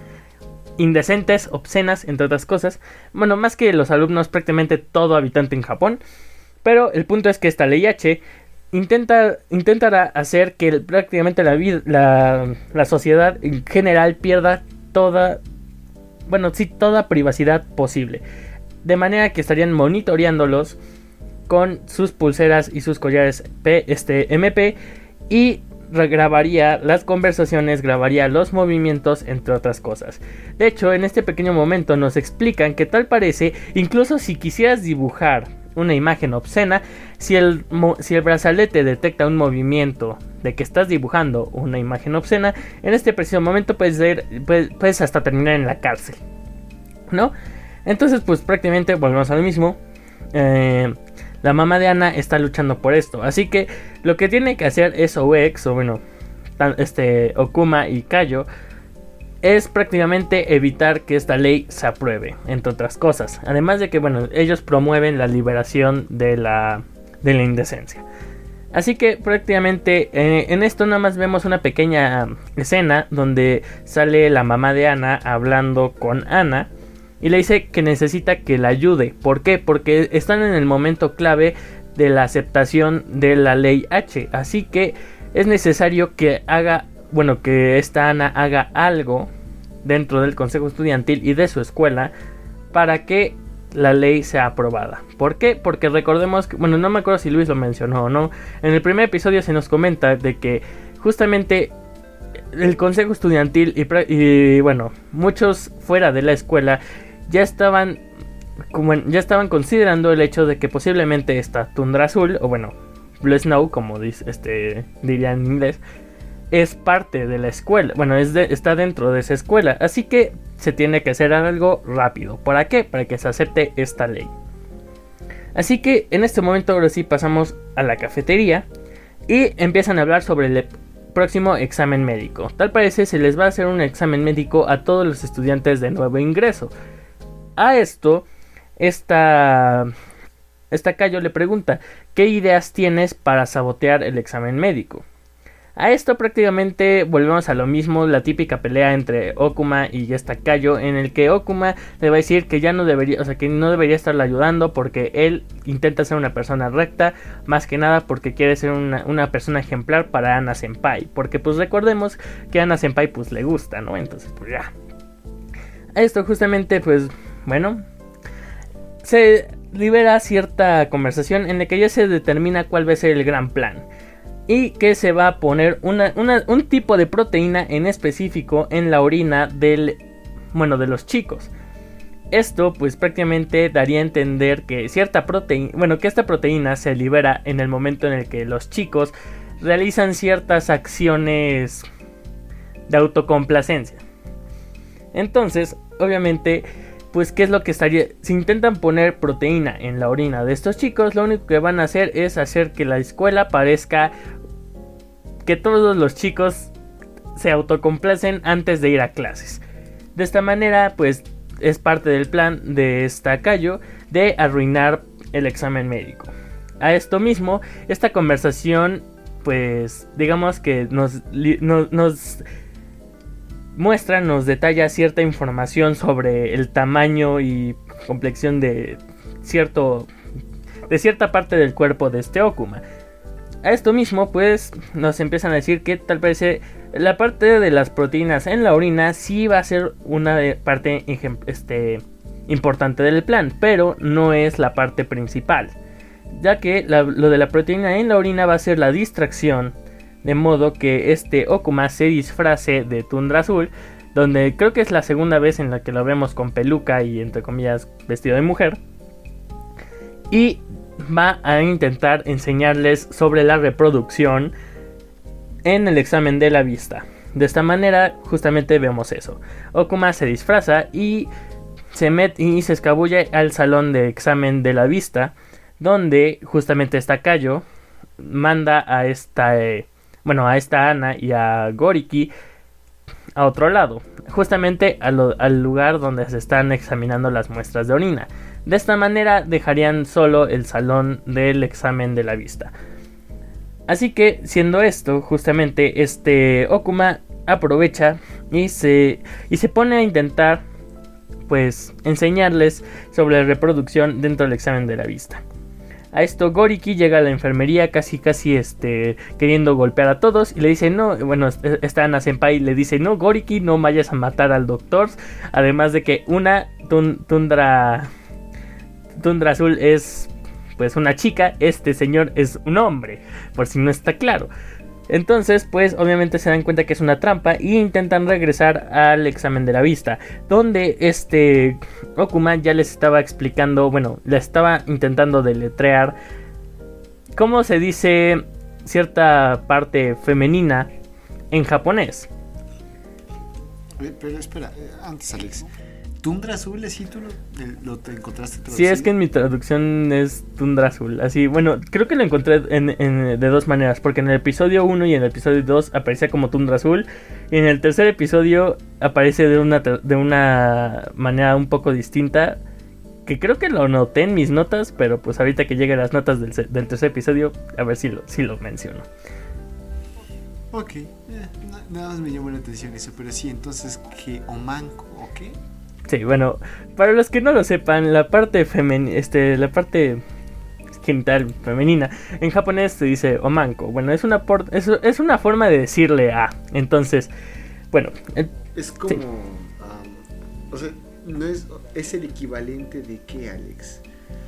indecentes, obscenas, entre otras cosas. Bueno, más que los alumnos, prácticamente todo habitante en Japón. Pero el punto es que esta ley H intenta, intentará hacer que el, prácticamente la, vida, la, la sociedad en general pierda toda, bueno, sí, toda privacidad posible. De manera que estarían monitoreándolos con sus pulseras y sus collares P, este, M P, y grabaría las conversaciones, grabaría los movimientos, entre otras cosas. De hecho, en este pequeño momento nos explican que tal parece, incluso si quisieras dibujar una imagen obscena, si el, si el brazalete detecta un movimiento de que estás dibujando una imagen obscena, en este preciso momento puedes, ir, puedes, puedes hasta terminar en la cárcel, ¿no? Entonces pues prácticamente volvemos a lo mismo. eh, La mamá de Ana está luchando por esto, así que lo que tiene que hacer es O X, o bueno, este, Okuma y Kayo, es prácticamente evitar que esta ley se apruebe, entre otras cosas. Además de que, bueno, ellos promueven la liberación de la, de la indecencia. Así que prácticamente eh, en esto nada más vemos una pequeña escena donde sale la mamá de Ana hablando con Ana y le dice que necesita que la ayude. ¿Por qué? Porque están en el momento clave de la aceptación de la ley H. Así que es necesario que haga, bueno, que esta Ana haga algo dentro del consejo estudiantil y de su escuela para que la ley sea aprobada. ¿Por qué? Porque recordemos que, bueno, no me acuerdo si Luis lo mencionó o no. En el primer episodio se nos comenta de que justamente el consejo estudiantil y, y bueno, muchos fuera de la escuela ya estaban como ya estaban considerando el hecho de que posiblemente esta tundra azul, o bueno, Blue Snow, como dice, este, diría en inglés, es parte de la escuela, bueno, es de, está dentro de esa escuela, así que se tiene que hacer algo rápido. ¿Para qué? Para que se acepte esta ley. Así que en este momento ahora sí pasamos a la cafetería y empiezan a hablar sobre el próximo examen médico. Tal parece se les va a hacer un examen médico a todos los estudiantes de nuevo ingreso. A esto, esta, esta Kayo le pregunta, ¿qué ideas tienes para sabotear el examen médico? A esto prácticamente volvemos a lo mismo, la típica pelea entre Okuma y esta Kayo, en el que Okuma le va a decir que ya no debería, o sea, que no debería estarla ayudando porque él intenta ser una persona recta, más que nada porque quiere ser una, una persona ejemplar para Ana Senpai, porque pues recordemos que a Ana Senpai pues le gusta, ¿no? Entonces pues ya. A esto justamente pues, bueno, se libera cierta conversación en la que ya se determina cuál va a ser el gran plan. Y que se va a poner una, una, un tipo de proteína en específico en la orina del, bueno, de los chicos. Esto pues prácticamente daría a entender que cierta proteína, bueno, que esta proteína se libera en el momento en el que los chicos realizan ciertas acciones de autocomplacencia. Entonces, obviamente, pues ¿qué es lo que estaría? Si intentan poner proteína en la orina de estos chicos, lo único que van a hacer es hacer que la escuela parezca que todos los chicos se autocomplacen antes de ir a clases. De esta manera, pues es parte del plan de esta Cayo de arruinar el examen médico. A esto mismo, esta conversación, pues digamos que nos, nos, nos muestra, nos detalla cierta información sobre el tamaño y complexión de cierto de cierta parte del cuerpo de este Okuma. A esto mismo, pues nos empiezan a decir que tal parece la parte de las proteínas en la orina sí va a ser una parte este, importante del plan, pero no es la parte principal, ya que la, lo de la proteína en la orina va a ser la distracción, de modo que este Okuma se disfrace de Tundra Azul, donde creo que es la segunda vez en la que lo vemos con peluca y entre comillas vestido de mujer, y va a intentar enseñarles sobre la reproducción en el examen de la vista. De esta manera justamente vemos eso. Okuma se disfraza y se mete y se escabulle al salón de examen de la vista, donde justamente esta Cayo manda a esta eh, bueno a esta Ana y a Goriki a otro lado, justamente a lo, al lugar donde se están examinando las muestras de orina. De esta manera dejarían solo el salón del examen de la vista. Así que, siendo esto, justamente este Okuma aprovecha y se, y se pone a intentar pues enseñarles sobre la reproducción dentro del examen de la vista. A esto Goriki llega a la enfermería casi casi este queriendo golpear a todos y le dice no, bueno, esta Ana Senpai le dice no Goriki, no vayas a matar al doctor, además de que una tun, Tundra Tundra Azul es pues una chica, este señor es un hombre, por si no está claro. Entonces pues obviamente se dan cuenta que es una trampa y intentan regresar al examen de la vista, donde este Okuma ya les estaba explicando, bueno, les estaba intentando deletrear cómo se dice cierta parte femenina en japonés. Pero espera, antes Alex, Tundra Azul, ¿sí tú lo, lo te encontraste traducido? Sí, es que en mi traducción es Tundra Azul. Así, bueno, creo que lo encontré en, en, de dos maneras. Porque en el episodio uno y en el episodio dos aparecía como Tundra Azul. Y en el tercer episodio aparece de una, de una manera un poco distinta. Que creo que lo noté en mis notas. Pero pues ahorita que lleguen las notas del, del tercer episodio, a ver si lo, si lo menciono. Ok, eh, nada más me llamó la atención eso. Pero sí, entonces, ¿qué? ¿Omanco o qué? Sí, bueno, para los que no lo sepan, la parte femenina, este, la parte genital femenina, en japonés se dice omanko. Bueno, es una por, es, es una forma de decirle a. Entonces, bueno, eh, es como, sí. um, o sea, no es, es el equivalente de qué, Alex.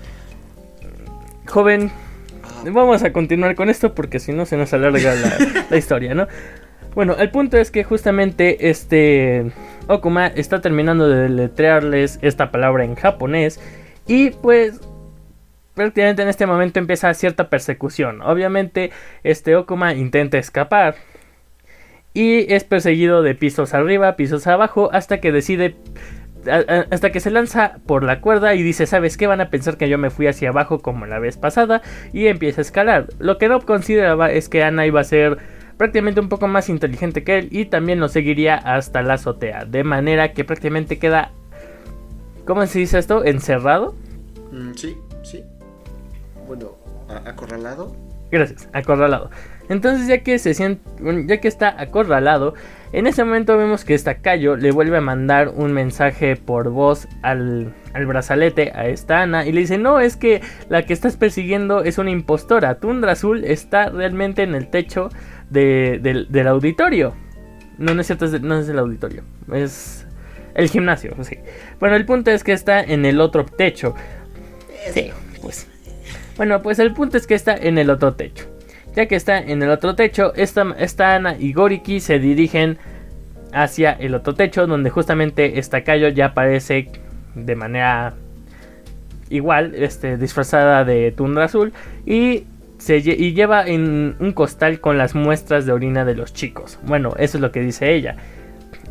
Joven, ah. Vamos a continuar con esto porque si no se nos alarga la, la historia, ¿no? Bueno, el punto es que justamente este Okuma está terminando de deletrearles esta palabra en japonés y pues prácticamente en este momento empieza cierta persecución. Obviamente este Okuma intenta escapar y es perseguido de pisos arriba, pisos abajo hasta que decide, hasta que se lanza por la cuerda y dice, ¿sabes qué? Van a pensar que yo me fui hacia abajo como la vez pasada, y empieza a escalar. Lo que no consideraba es que Ana iba a ser prácticamente un poco más inteligente que él y también lo seguiría hasta la azotea, de manera que prácticamente queda, ¿cómo se dice esto? ¿Encerrado? Mm, sí, sí. Bueno, acorralado. Gracias, acorralado. Entonces ya que se siente, ya que está acorralado, en ese momento vemos que esta Cayo le vuelve a mandar un mensaje por voz al, al brazalete a esta Ana y le dice, no, es que la que estás persiguiendo es una impostora, Tundra Azul está realmente en el techo de, de, del auditorio. No, no es cierto, es de, no es el auditorio, es el gimnasio, sí. Bueno, el punto es que está en el otro techo. Sí, pues. Bueno, pues el punto es que está en el otro techo. Ya que está en el otro techo, esta, esta Ana y Goriki se dirigen hacia el otro techo, donde justamente esta Cayo ya aparece de manera igual, este, disfrazada de Tundra Azul, y, se, y lleva en un costal con las muestras de orina de los chicos. Bueno, eso es lo que dice ella.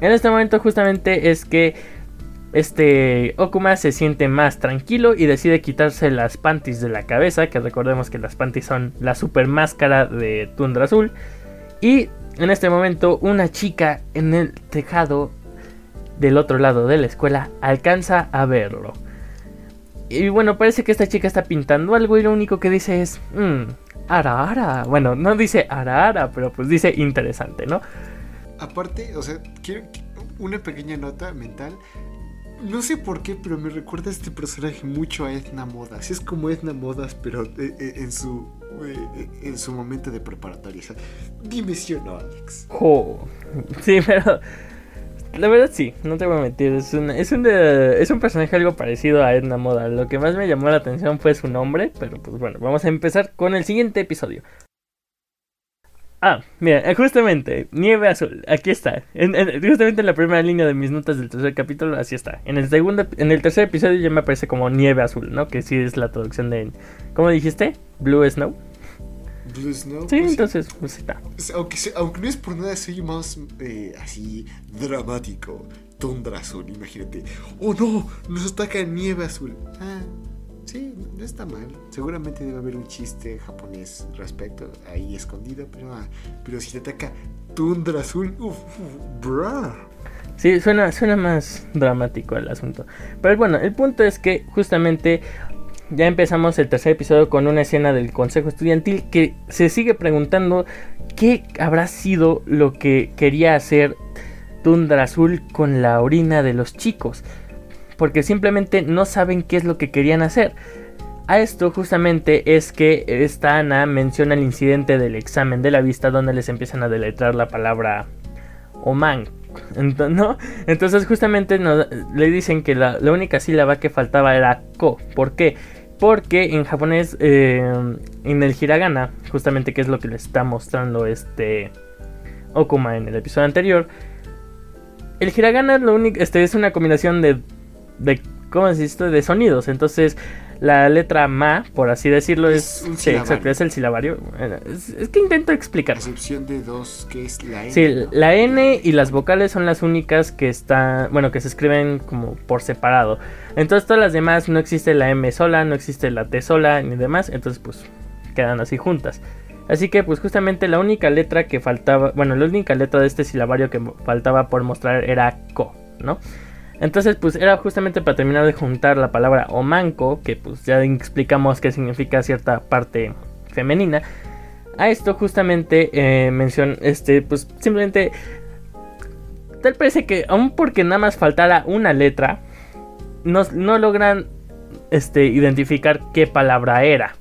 En este momento justamente es que este Okuma se siente más tranquilo y decide quitarse las panties de la cabeza, que recordemos que las panties son la super máscara de Tundra Azul. Y en este momento una chica en el tejado del otro lado de la escuela alcanza a verlo. Y bueno, parece que esta chica está pintando algo y lo único que dice es mmm, ara ara. Bueno, no dice ara ara, pero pues dice interesante, ¿no? Aparte, o sea, quiero una pequeña nota mental. No sé por qué, pero me recuerda a este personaje mucho a Edna Modas. Es como Edna Modas, pero eh, eh, en su eh, en su momento de preparatoria. O sea, dime si o no, Alex. Oh, sí, pero la verdad sí, no te voy a mentir. Es un, es un, de, es un personaje algo parecido a Edna Modas. Lo que más me llamó la atención fue su nombre, pero pues bueno, vamos a empezar con el siguiente episodio. Ah, mira, justamente, Nieve Azul, aquí está. En, en, justamente en la primera línea de mis notas del tercer capítulo, así está. En el segundo, en el tercer episodio ya me aparece como Nieve Azul, ¿no? Que sí es la traducción de, ¿cómo dijiste? Blue Snow. Blue Snow. Sí, pues, entonces, pues está. Aunque, aunque no es por nada, soy más eh, así dramático. Tundra Azul, imagínate. Oh no, nos ataca Nieve Azul. Ah. Sí, no está mal. Seguramente debe haber un chiste japonés respecto ahí escondido, pero, ah, pero si te ataca Tundra Azul, uff, uf, bruh. Sí, suena, suena más dramático el asunto. Pero bueno, el punto es que justamente ya empezamos el tercer episodio con una escena del consejo estudiantil que se sigue preguntando qué habrá sido lo que quería hacer Tundra Azul con la orina de los chicos. Porque simplemente no saben qué es lo que querían hacer. A esto justamente es que esta Ana menciona el incidente del examen de la vista donde les empiezan a deletrear la palabra Oman, ¿no? Entonces justamente nos, le dicen que la, la única sílaba que faltaba era Ko. ¿Por qué? Porque en japonés, eh, en el hiragana, justamente que es lo que le está mostrando este Okuma en el episodio anterior, el hiragana lo único, este, es una combinación de de ¿cómo se dice? De sonidos. Entonces la letra ma, por así decirlo, es, es sí, exacto, es el silabario. Es, es que intento explicar. La excepción de dos, que es la N. Sí, ¿no? La N y las vocales son las únicas que están, bueno, que se escriben como por separado. Entonces todas las demás no existe la M sola, no existe la T sola ni demás, entonces pues quedan así juntas. Así que pues justamente la única letra que faltaba, bueno, la única letra de este silabario que faltaba por mostrar era ko, ¿no? Entonces pues era justamente para terminar de juntar la palabra omanko, que pues ya explicamos qué significa cierta parte femenina. A esto justamente eh, menciona, este, pues simplemente tal parece que aun porque nada más faltara una letra, no, no logran este, identificar qué palabra era.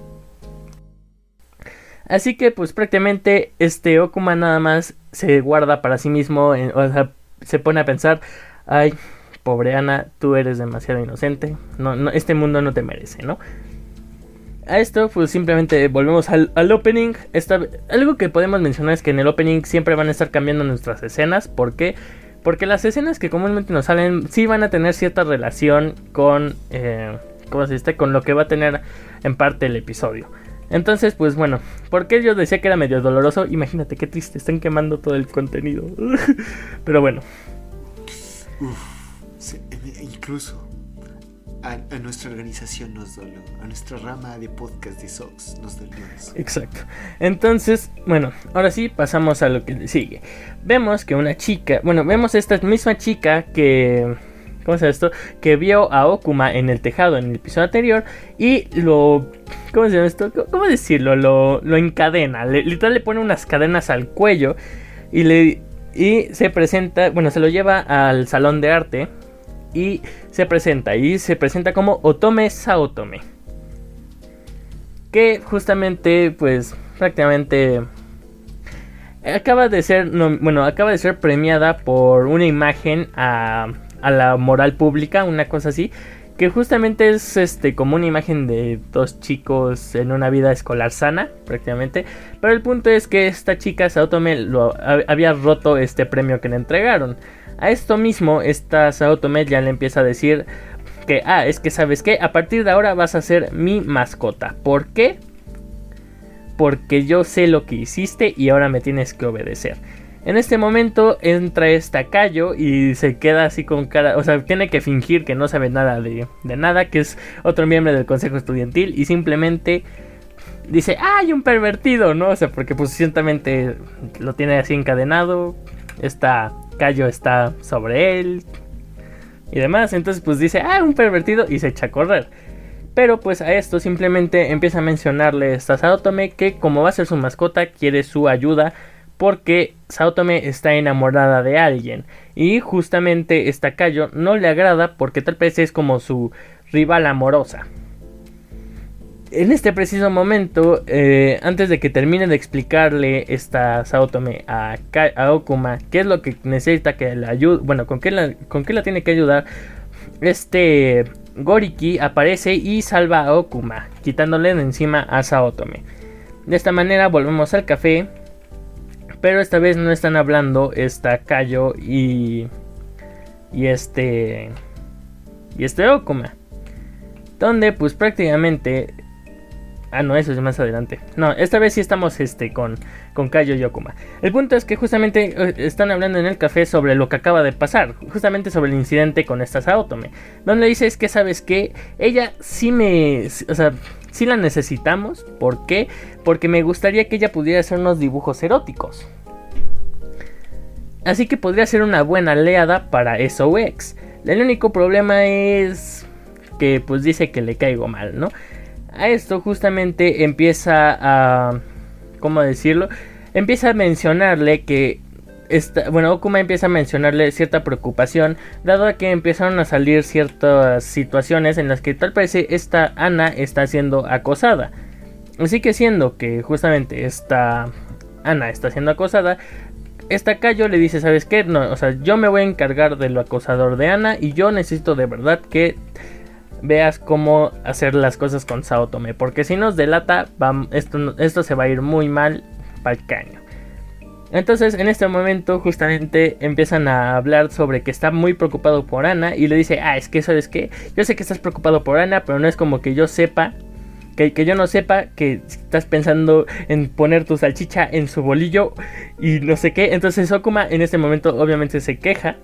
Así que pues prácticamente este Okuma nada más se guarda para sí mismo, en, o sea, se pone a pensar, ay, pobre Ana, tú eres demasiado inocente, no, no, este mundo no te merece, ¿no? A esto pues simplemente volvemos al, al opening. Esta, algo que podemos mencionar es que en el opening siempre van a estar cambiando nuestras escenas. ¿Por qué? Porque las escenas que comúnmente nos salen sí van a tener cierta relación con, eh, ¿cómo se dice? Con lo que va a tener en parte el episodio. Entonces, pues bueno, ¿por qué yo decía que era medio doloroso? Imagínate qué triste, están quemando todo el contenido. Pero bueno. Uf, sí, incluso a, a nuestra organización nos dolió, a nuestra rama de podcast de Sox nos dolió eso. Exacto. Entonces, bueno, ahora sí pasamos a lo que sigue. Vemos que una chica, bueno, vemos esta misma chica que... ¿Cómo se llama esto? Que vio a Okuma en el tejado en el episodio anterior y lo... ¿Cómo se llama esto? ¿Cómo decirlo? Lo, lo encadena. Le, literal le pone unas cadenas al cuello y le... Y se presenta, bueno, se lo lleva al salón de arte y se presenta, y se presenta como Otome Saotome. Que justamente, pues, prácticamente acaba de ser, no, bueno, acaba de ser premiada por una imagen a, a la moral pública, una cosa así. Que justamente es este como una imagen de dos chicos en una vida escolar sana, prácticamente. Pero el punto es que esta chica, Saotome, lo, a, había roto este premio que le entregaron. A esto mismo, esta Saotome ya le empieza a decir que, ah, es que ¿sabes qué? A partir de ahora vas a ser mi mascota. ¿Por qué? Porque yo sé lo que hiciste y ahora me tienes que obedecer. En este momento entra esta Kayo y se queda así con cara, o sea, tiene que fingir que no sabe nada de, de nada, que es otro miembro del consejo estudiantil y simplemente dice, ¡ah, hay un pervertido!, ¿no? O sea, porque pues ciertamente lo tiene así encadenado, esta Kayo está sobre él y demás, entonces pues dice, ¡ah, un pervertido!, y se echa a correr. Pero pues a esto simplemente empieza a mencionarle esta Saotome que como va a ser su mascota quiere su ayuda porque Saotome está enamorada de alguien y justamente esta Kayo no le agrada porque tal vez es como su rival amorosa. En este preciso momento, eh, antes de que termine de explicarle esta Saotome a, Ka- a Okuma qué es lo que necesita que la ayude, bueno, con qué la, con qué la tiene que ayudar, este Goriki aparece y salva a Okuma, quitándole de encima a Saotome. De esta manera volvemos al café, pero esta vez no están hablando esta Kayo y y este y este Okuma, donde pues prácticamente ah no, eso es más adelante. No, esta vez sí estamos este con con Kayo y Okuma. El punto es que justamente eh, están hablando en el café sobre lo que acaba de pasar, justamente sobre el incidente con esta Saotome, donde dice es que sabes que ella sí me, o sea, sí la necesitamos. ¿Por qué? Porque me gustaría que ella pudiera hacer unos dibujos eróticos. Así que podría ser una buena aliada para S O X. El único problema es que pues dice que le caigo mal, ¿no? A esto justamente empieza a, ¿cómo decirlo? Empieza a mencionarle que esta, bueno, Okuma empieza a mencionarle cierta preocupación, dado a que empezaron a salir ciertas situaciones en las que tal parece esta Ana está siendo acosada. Así que siendo que justamente esta Ana está siendo acosada, esta Kayo le dice, ¿sabes qué? No, o sea, yo me voy a encargar de lo acosador de Ana y yo necesito de verdad que veas cómo hacer las cosas con Saotome, porque si nos delata, va, esto, esto se va a ir muy mal para el caño. Entonces en este momento justamente empiezan a hablar sobre que está muy preocupado por Ana y le dice, ah, es que ¿sabes qué? Yo sé que estás preocupado por Ana, pero no es como que yo sepa, que, que yo no sepa que estás pensando en poner tu salchicha en su bolillo y no sé qué. Entonces Okuma en este momento obviamente se queja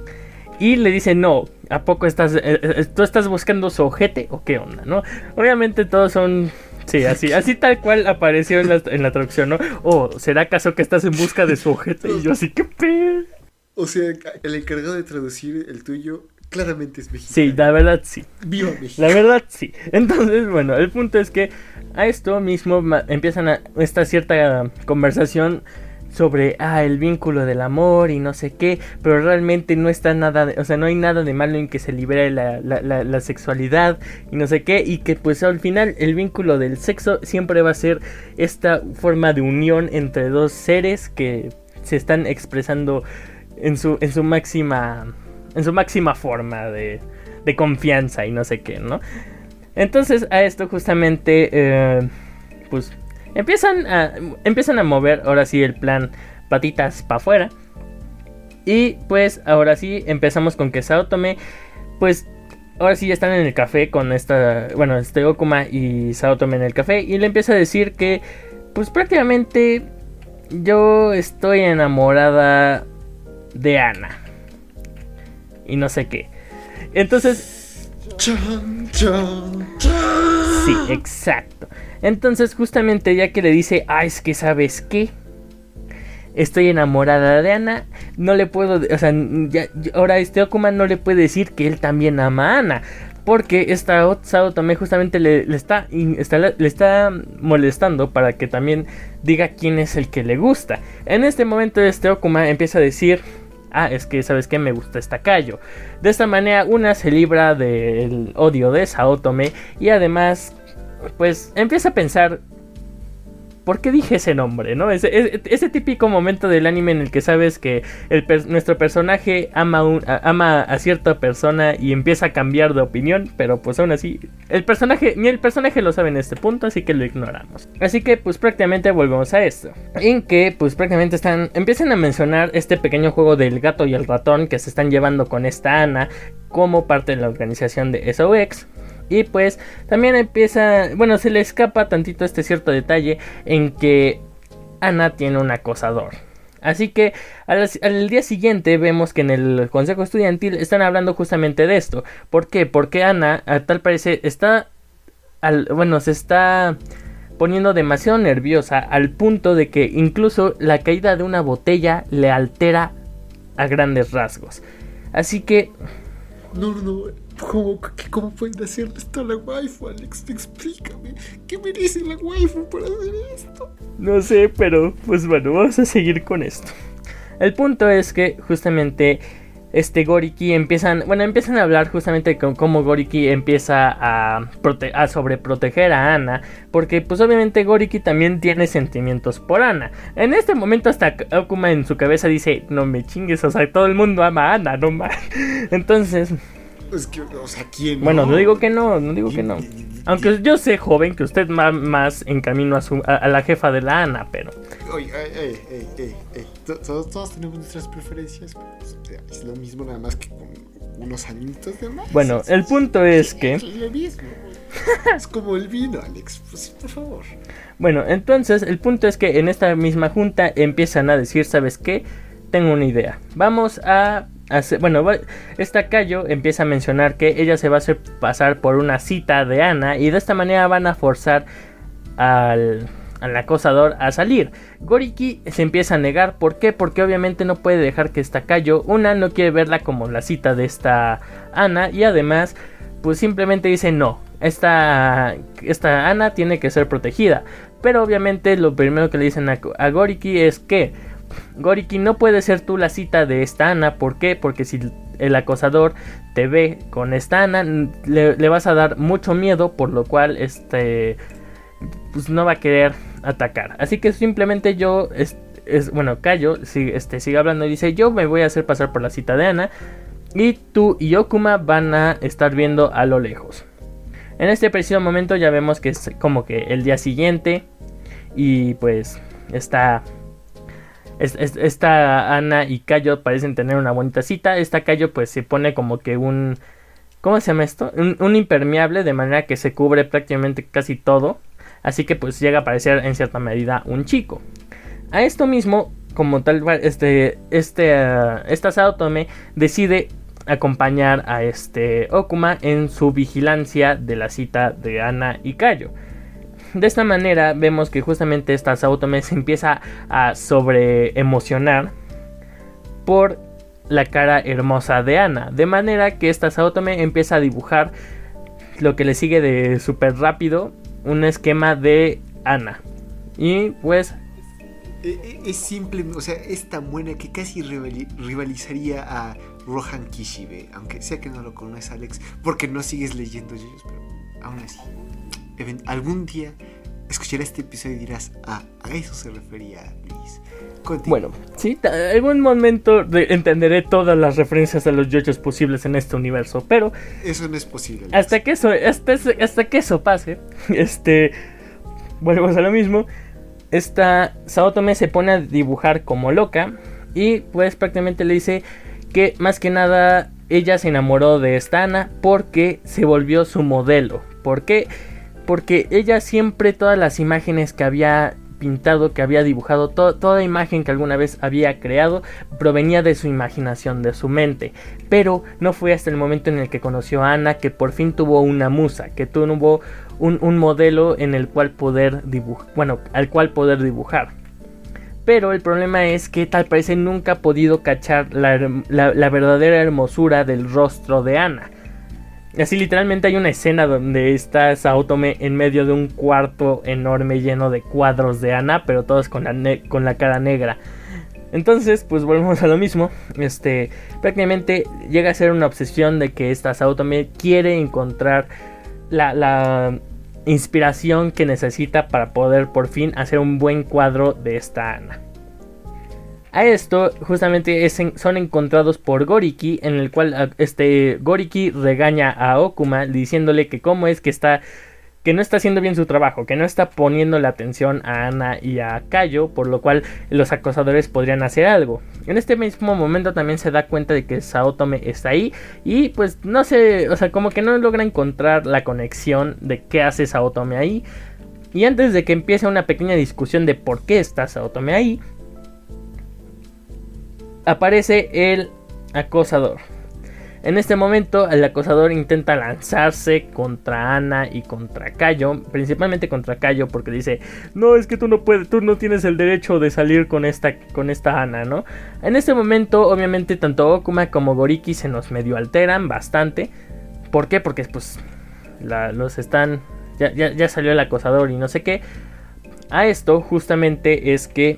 y le dice, no, ¿a poco estás, eh, eh, tú estás buscando su ojete o qué onda, no? Obviamente todos son, sí, así, así tal cual apareció en la, en la traducción, ¿no? O, ¿será acaso que estás en busca de su ojete? Y yo así, ¿qué pedo? O sea, el encargado de traducir el tuyo claramente es mexicano. Sí, la verdad sí. ¡Viva México! La verdad sí. Entonces, bueno, el punto es que a esto mismo ma- empiezan a esta cierta conversación sobre ah, el vínculo del amor y no sé qué, pero realmente no está nada, de, o sea, no hay nada de malo en que se libere la, la, la, la sexualidad y no sé qué, y que pues al final el vínculo del sexo siempre va a ser esta forma de unión entre dos seres que se están expresando en su, en su máxima, en su máxima forma de, de confianza y no sé qué, ¿no? Entonces a esto justamente, eh, pues Empiezan a, empiezan a mover ahora sí el plan patitas para afuera. Y pues ahora sí empezamos con que Saotome, pues ahora sí ya están en el café con esta, bueno, este Okuma y Saotome en el café. Y le empieza a decir que pues prácticamente yo estoy enamorada de Ana. Y no sé qué. Entonces... Chan, chan, chan. Sí, exacto. Entonces justamente ya que le dice, ah, es que ¿sabes qué? Estoy enamorada de Ana, no le puedo, o sea, ya, ahora este Okuma no le puede decir que él también ama a Ana, porque esta Saotome justamente le, le, está, está, le está molestando para que también diga quién es el que le gusta. En este momento este Okuma empieza a decir, ah, es que ¿sabes qué? Me gusta esta Kayo. De esta manera una se libra del odio de Saotome y además pues empieza a pensar, ¿por qué dije ese nombre? ¿No? Ese, ese, ese típico momento del anime en el que sabes que el per, nuestro personaje ama, un, a, ama a cierta persona y empieza a cambiar de opinión, pero pues aún así el personaje, ni el personaje lo sabe en este punto, así que lo ignoramos. Así que pues prácticamente volvemos a esto, en que pues prácticamente están, empiezan a mencionar este pequeño juego del gato y el ratón que se están llevando con esta Ana como parte de la organización de S O X. Y pues también empieza, bueno, se le escapa tantito este cierto detalle en que Ana tiene un acosador. Así que al, al día siguiente vemos que en el consejo estudiantil están hablando justamente de esto. ¿Por qué? Porque Ana, a tal parece, está, al, bueno, se está poniendo demasiado nerviosa al punto de que incluso la caída de una botella le altera a grandes rasgos. Así que... No, no, no. ¿Cómo, ¿Cómo pueden hacer esto a la waifu, Alex? Explícame. ¿Qué merece la waifu por hacer esto? No sé, pero pues bueno, vamos a seguir con esto. El punto es que justamente este Goriki empiezan, bueno, empiezan a hablar justamente con cómo Goriki empieza a, prote- a sobreproteger a Ana, porque pues obviamente Goriki también tiene sentimientos por Ana. En este momento hasta Okuma en su cabeza dice, no me chingues, o sea, todo el mundo ama a Ana, no más. Entonces... Es que, o sea, ¿quién Bueno, no? no digo que no, no digo que no. Aunque yo sé, joven, que usted va más en camino a, su, a, a la jefa de la Ana, pero... Oye, ey, ey, ey, ey, ey. Todos, todos tenemos nuestras preferencias, pero es lo mismo nada más que con unos añitos de más. Bueno, el punto es que... Es lo mismo, es como el vino, Alex, pues, por favor. Bueno, entonces, el punto es que en esta misma junta empiezan a decir, ¿sabes qué? Tengo una idea. Vamos a... Hace, bueno, esta Kayo empieza a mencionar que ella se va a hacer pasar por una cita de Ana y de esta manera van a forzar al, al acosador a salir. Goriki se empieza a negar. ¿Por qué? Porque obviamente no puede dejar que esta Kayo, una, no quiere verla como la cita de esta Ana y además pues simplemente dice no, esta, esta Ana tiene que ser protegida. Pero obviamente lo primero que le dicen a, a Goriki es que Goriki, no puede ser tú la cita de esta Ana. ¿Por qué? Porque si el acosador te ve con esta Ana, le, le vas a dar mucho miedo, por lo cual este pues no va a querer atacar. Así que simplemente yo es, es, bueno, Kayo si, este, sigue hablando y dice, yo me voy a hacer pasar por la cita de Ana y tú y Okuma van a estar viendo a lo lejos. En este preciso momento ya vemos que es como que el día siguiente y pues está... Esta Ana y Kayo parecen tener una bonita cita. Esta Kayo pues se pone como que un... ¿Cómo se llama esto? Un, un impermeable, de manera que se cubre prácticamente casi todo. Así que pues llega a parecer en cierta medida un chico. A esto mismo, como tal, este, este, uh, esta Saotome decide acompañar a este Okuma en su vigilancia de la cita de Ana y Kayo. De esta manera vemos que justamente esta Saotome se empieza a sobre emocionar por la cara hermosa de Ana. De manera que esta Saotome empieza a dibujar lo que le sigue de súper rápido, un esquema de Ana. Y pues... Es simple, o sea, es tan buena que casi rivali- rivalizaría a Rohan Kishibe. Aunque sé que no lo conoces, Alex, porque no sigues leyendo ellos, pero aún así... Algún día escucharás este episodio y dirás, ah, a eso se refería Luis. Contigo. Bueno, sí, en algún momento entenderé todas las referencias a los yoyos posibles en este universo, pero eso no es posible, Luis. Hasta que eso, hasta, hasta que eso pase, este, volvemos a lo mismo. Esta Saotome se pone a dibujar como loca y pues prácticamente le dice que más que nada ella se enamoró de esta Ana porque se volvió su modelo. ¿Por qué? Porque ella siempre, todas las imágenes que había pintado, que había dibujado, to- toda imagen que alguna vez había creado, provenía de su imaginación, de su mente. Pero no fue hasta el momento en el que conoció a Ana que por fin tuvo una musa, que tuvo un, un modelo en el cual poder dibujar, bueno, al cual poder dibujar. Pero el problema es que tal parece nunca ha podido cachar la, la, la verdadera hermosura del rostro de Ana. Así literalmente hay una escena donde está Saotome en medio de un cuarto enorme lleno de cuadros de Ana, pero todos con la, ne- con la cara negra. Entonces, pues volvemos a lo mismo. Este, prácticamente llega a ser una obsesión de que esta Saotome quiere encontrar la, la inspiración que necesita para poder por fin hacer un buen cuadro de esta Ana. A esto justamente es en, son encontrados por Goriki, en el cual este Goriki regaña a Okuma diciéndole que cómo es que está que no está haciendo bien su trabajo, que no está poniendo la atención a Ana y a Kayo, por lo cual los acosadores podrían hacer algo. En este mismo momento también se da cuenta de que Saotome está ahí y pues no sé, o sea, como que no logra encontrar la conexión de qué hace Saotome ahí. Y antes de que empiece una pequeña discusión de por qué está Saotome ahí, aparece el acosador. En este momento el acosador intenta lanzarse contra Ana y contra Kayo, principalmente contra Kayo, porque dice, no, es que tú no puedes, tú no tienes el derecho de salir con esta, con esta Ana, ¿no? En este momento, obviamente, tanto Okuma como Goriki se nos medio alteran bastante. ¿Por qué? Porque pues la, los están, ya, ya, ya salió el acosador y no sé qué. A esto justamente es que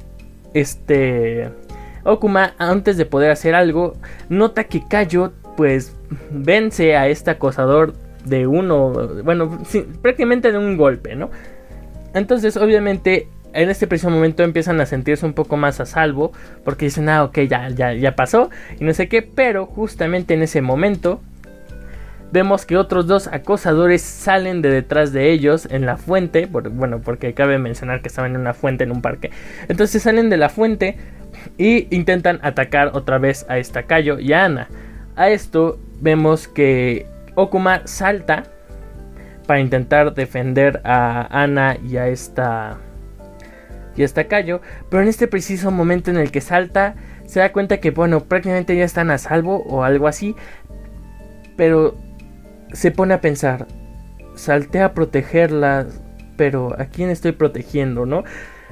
este... Okuma, antes de poder hacer algo, nota que Kayo pues vence a este acosador de uno, bueno, sí, prácticamente de un golpe, ¿no? Entonces, obviamente, en este preciso momento empiezan a sentirse un poco más a salvo, porque dicen, ah, ok, ya, ya, ya pasó, y no sé qué, pero justamente en ese momento vemos que otros dos acosadores salen de detrás de ellos en la fuente, por, bueno, porque cabe mencionar que estaban en una fuente en un parque. Entonces salen de la fuente y intentan atacar otra vez a esta Kayo y a Ana. A esto vemos que Okuma salta para intentar defender a Ana y a esta y a esta Kayo, pero en este preciso momento en el que salta se da cuenta que bueno, prácticamente ya están a salvo o algo así, pero se pone a pensar, salté a protegerlas, pero ¿a quién estoy protegiendo, no?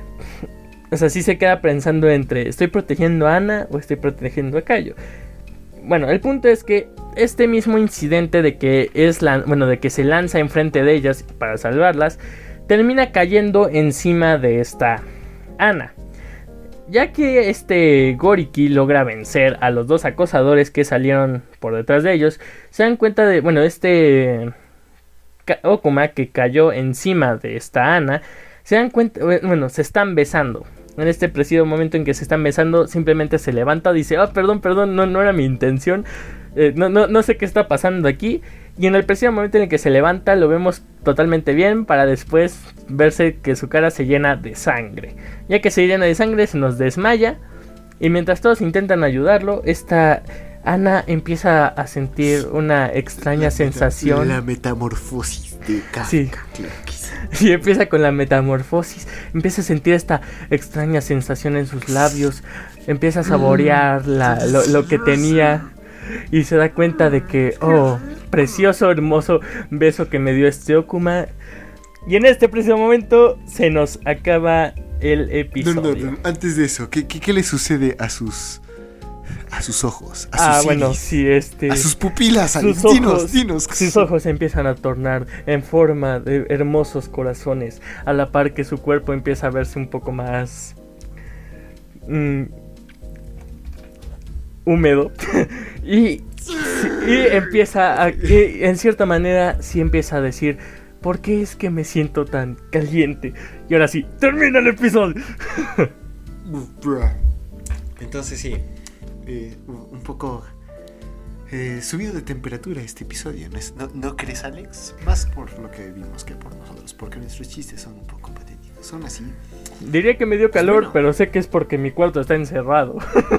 O sea, sí se queda pensando entre, ¿estoy protegiendo a Ana o estoy protegiendo a Kayo? Bueno, el punto es que este mismo incidente de que es la, bueno, de que se lanza enfrente de ellas para salvarlas, termina cayendo encima de esta Ana. Ya que este Goriki logra vencer a los dos acosadores que salieron por detrás de ellos, se dan cuenta de, bueno, este Okuma que cayó encima de esta Ana, se dan cuenta, bueno, se están besando. En este preciso momento en que se están besando, simplemente se levanta, dice, ah, oh, perdón, perdón, no, no era mi intención, eh, no, no, no sé qué está pasando aquí. Y en el preciso momento en el que se levanta, lo vemos totalmente bien, para después verse que su cara se llena de sangre. Ya que se llena de sangre, se nos desmaya, y mientras todos intentan ayudarlo, esta Ana empieza a sentir una extraña la sensación. La metamorfosis de Kafka. Sí. Claro que sí. Y empieza con la metamorfosis. Empieza a sentir esta extraña sensación en sus labios. Empieza a saborear la, lo, lo que tenía. Y se da cuenta de que, oh, precioso, hermoso beso que me dio este Okuma. Y en este preciso momento se nos acaba el episodio. No, no, no. Antes de eso, ¿qué, qué, qué le sucede a sus... a sus ojos, a sus ah, iris, bueno, sí, este, a sus pupilas, sus Alex, ojos, dinos, dinos. Sus ojos se empiezan a tornar en forma de hermosos corazones, a la par que su cuerpo empieza a verse un poco más mmm, húmedo y, y empieza a, y en cierta manera sí empieza a decir, ¿por qué es que me siento tan caliente? Y ahora sí, termina el episodio. Entonces sí, eh, un poco eh, subido de temperatura este episodio, ¿no, es, no, ¿no crees, Alex? Más por lo que vimos que por nosotros, porque nuestros chistes son un poco patéticos, son así. Diría que me dio calor, pues bueno, pero sé que es porque mi cuarto está encerrado.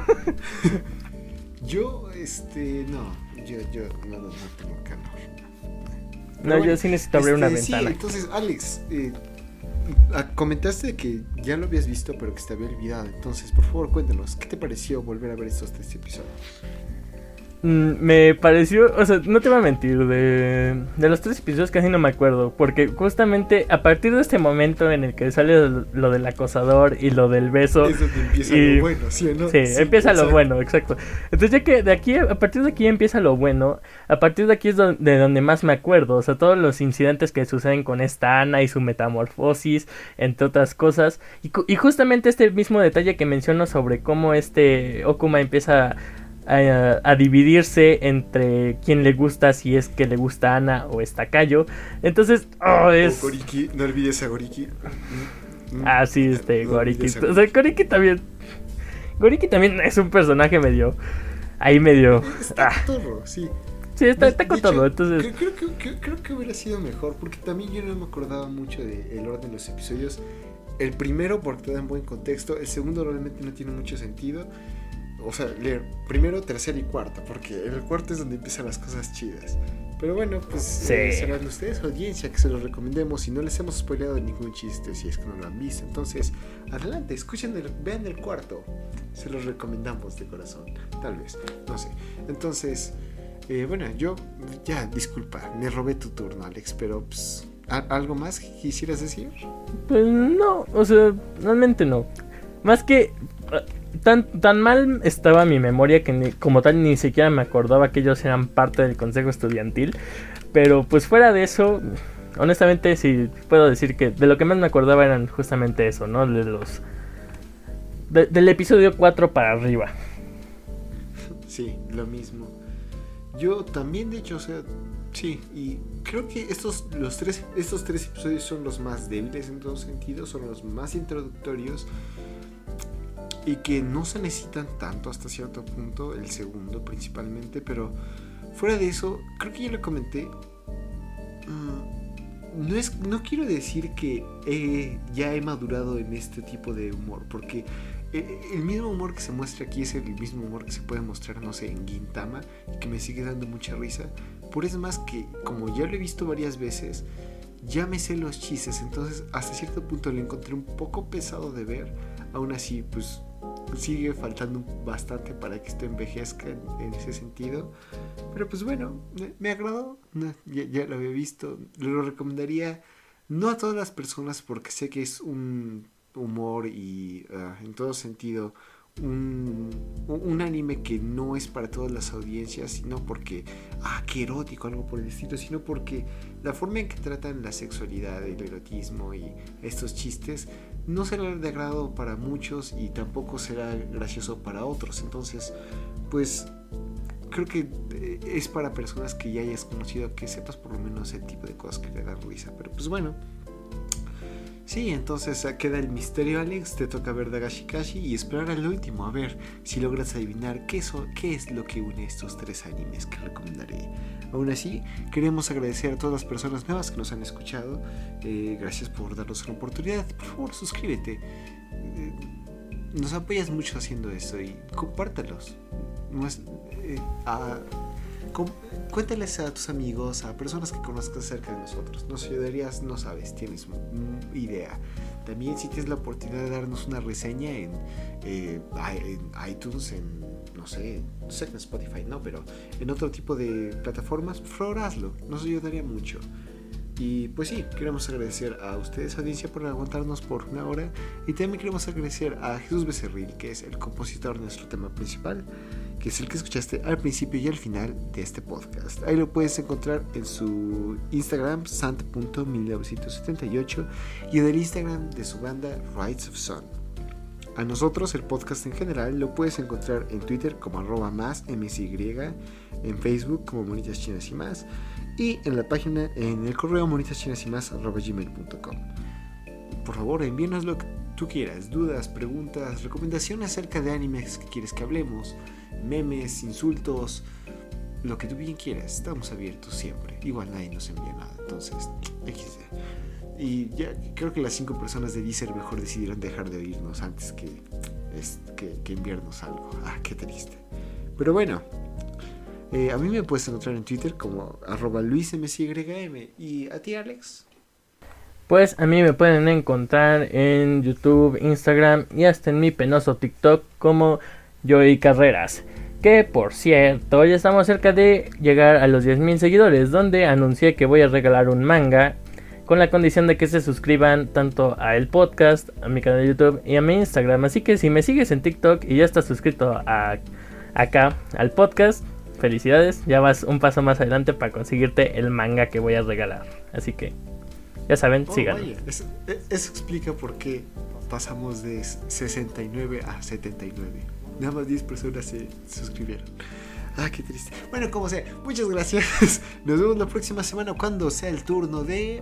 Yo, este, no, yo, yo no, no, no tengo calor. No, bueno, yo sí necesito abrir este, una ventana. Sí, entonces, Alex, eh, comentaste que ya lo habías visto, pero que se te había olvidado. Entonces, por favor, cuéntanos, ¿qué te pareció volver a ver estos tres episodios? Mm, me pareció, o sea, no te voy a mentir, de, de los tres episodios casi no me acuerdo, porque justamente a partir de este momento en el que sale lo del acosador y lo del beso, es donde empieza y, lo bueno, ¿sí o no? Sí, sí empieza exacto. lo bueno, exacto. Entonces ya que de aquí, a partir de aquí empieza lo bueno, a partir de aquí es donde, de donde más me acuerdo, o sea, todos los incidentes que suceden con esta Ana y su metamorfosis, entre otras cosas, y, y justamente este mismo detalle que menciono sobre cómo este Okuma empieza A, a dividirse entre quién le gusta, si es que le gusta a Ana o está Kayo. Entonces, oh, es. O Goriki, no olvides a Goriki. Ah, sí, este, no Goriki. O sea, Goriki también. Goriki también es un personaje medio. Ahí medio. Está ah. cotorro, sí. Sí, está, de, está de cotorro, hecho, entonces. Creo, creo, creo, creo que hubiera sido mejor, porque también yo no me acordaba mucho del orden de los episodios. El primero, porque te dan buen contexto. El segundo, realmente no tiene mucho sentido. O sea, leer primero, tercero y cuarto, porque en el cuarto es donde empiezan las cosas chidas. Pero bueno, pues Sí. eh, serán ustedes, audiencia, que se los recomendemos. Y no les hemos spoileado ningún chiste si es que no lo han visto. Entonces, adelante, escuchen, el, vean el cuarto. Se los recomendamos de corazón. Tal vez, no sé. Entonces, eh, bueno, yo ya, disculpa, me robé tu turno, Alex. Pero, pues, ¿algo más que quisieras decir? Pues no, o sea, realmente no. Más que tan, tan mal estaba mi memoria que ni, como tal ni siquiera me acordaba que ellos eran parte del consejo estudiantil. Pero pues fuera de eso, honestamente sí puedo decir que de lo que más me acordaba eran justamente eso, ¿no? De los de, del episodio cuatro para arriba. Sí, lo mismo. Yo también, de hecho, o sea, sí, y creo que estos, los tres, estos tres episodios son los más débiles en todos sentidos, son los más introductorios y que no se necesitan tanto hasta cierto punto, el segundo principalmente, pero fuera de eso, creo que ya lo comenté, mmm, no, es, no quiero decir que he, ya he madurado en este tipo de humor, porque el mismo humor que se muestra aquí es el mismo humor que se puede mostrar, no sé, en Gintama, y que me sigue dando mucha risa. Por eso más que, como ya lo he visto varias veces, ya me sé los chistes, entonces hasta cierto punto lo encontré un poco pesado de ver. Aún así, pues sigue faltando bastante para que esto envejezca en, en ese sentido. Pero pues bueno, me, me agradó, no, ya, ya lo había visto, lo recomendaría no a todas las personas porque sé que es un humor y uh, en todo sentido un, un anime que no es para todas las audiencias, sino porque ah, qué erótico, algo por el estilo, sino porque la forma en que tratan la sexualidad, el erotismo y estos chistes no será de agrado para muchos y tampoco será gracioso para otros. Entonces, pues creo que es para personas que ya hayas conocido, que sepas por lo menos el tipo de cosas que le dan risa. Pero pues bueno, sí, entonces queda el misterio, Alex. Te toca ver Dagashi Kashi y esperar al último, a ver si logras adivinar qué, so, qué es lo que une estos tres animes que recomendaré. Aún así, queremos agradecer a todas las personas nuevas que nos han escuchado. Eh, gracias por darnos una oportunidad. Por favor, suscríbete. Eh, nos apoyas mucho haciendo esto y compártalos. No es, eh, a, com, cuéntales a tus amigos, a personas que conozcas acerca de nosotros. Nos ayudarías, no sabes, tienes mm, idea. También si tienes la oportunidad de darnos una reseña en, eh, en iTunes, en no sé, no sé en Spotify, no, pero en otro tipo de plataformas, por favor hazlo, nos ayudaría mucho. Y pues sí, queremos agradecer a ustedes, audiencia, por aguantarnos por una hora. Y también queremos agradecer a Jesús Becerril, que es el compositor de nuestro tema principal, que es el que escuchaste al principio y al final de este podcast. Ahí lo puedes encontrar en su Instagram, sant punto mil novecientos setenta y ocho, y en el Instagram de su banda Rights of Sun. A nosotros, el podcast en general, lo puedes encontrar en Twitter como arroba más msy, en Facebook como Monitas Chinas y Más, y en la página, en el correo monitaschinasymas arroba gmail punto com. Por favor, envíanos lo que tú quieras, dudas, preguntas, recomendaciones acerca de animes que quieres que hablemos, memes, insultos, lo que tú bien quieras. Estamos abiertos siempre. Igual nadie nos envía nada, entonces equis de. Y ya creo que las cinco personas de Deezer mejor decidieron dejar de oírnos antes que, es, que, que enviarnos algo. Ah, qué triste. Pero bueno, eh, a mí me puedes encontrar en Twitter como arroba luismcym. ¿Y a ti, Alex? Pues a mí me pueden encontrar en YouTube, Instagram y hasta en mi penoso TikTok como Joey Carreras. Que por cierto, ya estamos cerca de llegar a los diez mil seguidores, donde anuncié que voy a regalar un manga con la condición de que se suscriban tanto a el podcast, a mi canal de YouTube y a mi Instagram. Así que si me sigues en TikTok y ya estás suscrito a, acá al podcast, felicidades, ya vas un paso más adelante para conseguirte el manga que voy a regalar. Así que ya saben, oh, síganme. Vaya, eso, eso explica por qué pasamos de sesenta y nueve a setenta y nueve. Nada más diez personas se suscribieron. Ah, qué triste. Bueno, como sea, muchas gracias. Nos vemos la próxima semana cuando sea el turno de...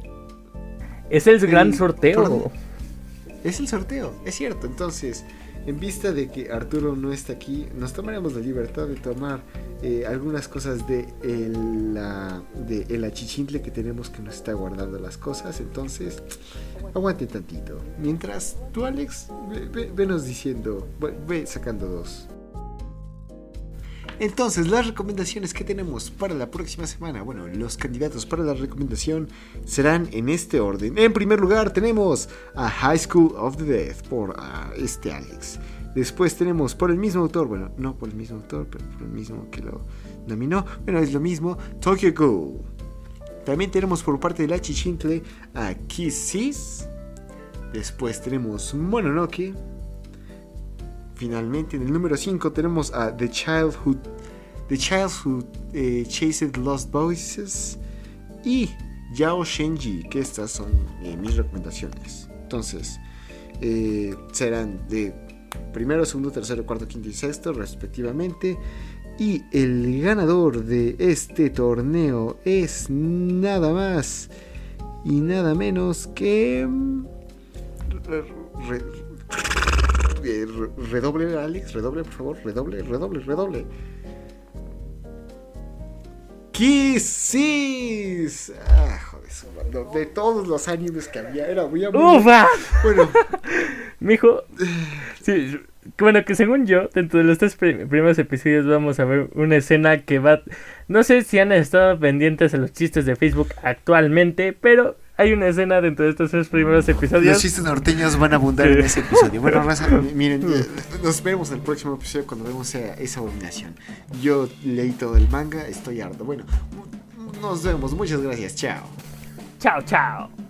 Es el, el gran sorteo. sorteo. Es el sorteo, es cierto. Entonces, en vista de que Arturo no está aquí, nos tomaremos la libertad de tomar eh, algunas cosas de el, la, de el achichintle que tenemos, que nos está guardando las cosas. Entonces, aguante tantito. Mientras tú, Alex, ve, ve, venos diciendo, ve, ve sacando dos. Entonces, las recomendaciones que tenemos para la próxima semana. Bueno, los candidatos para la recomendación serán en este orden. En primer lugar tenemos a High School of the Dead por uh, este Alex. Después tenemos por el mismo autor, bueno, no por el mismo autor, pero por el mismo que lo nominó. Bueno, es lo mismo, Tokyo Ghoul. También tenemos por parte de la Chichintle a Kisses. Después tenemos Mononoke. Finalmente, en el número cinco tenemos a The Child Who, The Child Who eh, Chased Lost Voices y Yao Shenji, que estas son eh, mis recomendaciones. Entonces, eh, serán de primero, segundo, tercero, cuarto, quinto y sexto, respectivamente. Y el ganador de este torneo es nada más y nada menos que... Re, re, Redoble, Alex, redoble, por favor, redoble, redoble, redoble. Kisses. Ah, joder, de todos los animes que había, era muy amable. ¡Ufa! Bueno, mijo, sí, bueno, que según yo, dentro de los tres prim- primeros episodios vamos a ver una escena que va... No sé si han estado pendientes a los chistes de Facebook actualmente, pero... hay una escena dentro de estos tres primeros episodios. Los chistes norteños van a abundar en ese episodio. Bueno, raza, miren, nos vemos en el próximo episodio cuando vemos esa, esa abominación. Yo leí todo el manga, estoy harto. Bueno, nos vemos. Muchas gracias. Chao. Chao, chao.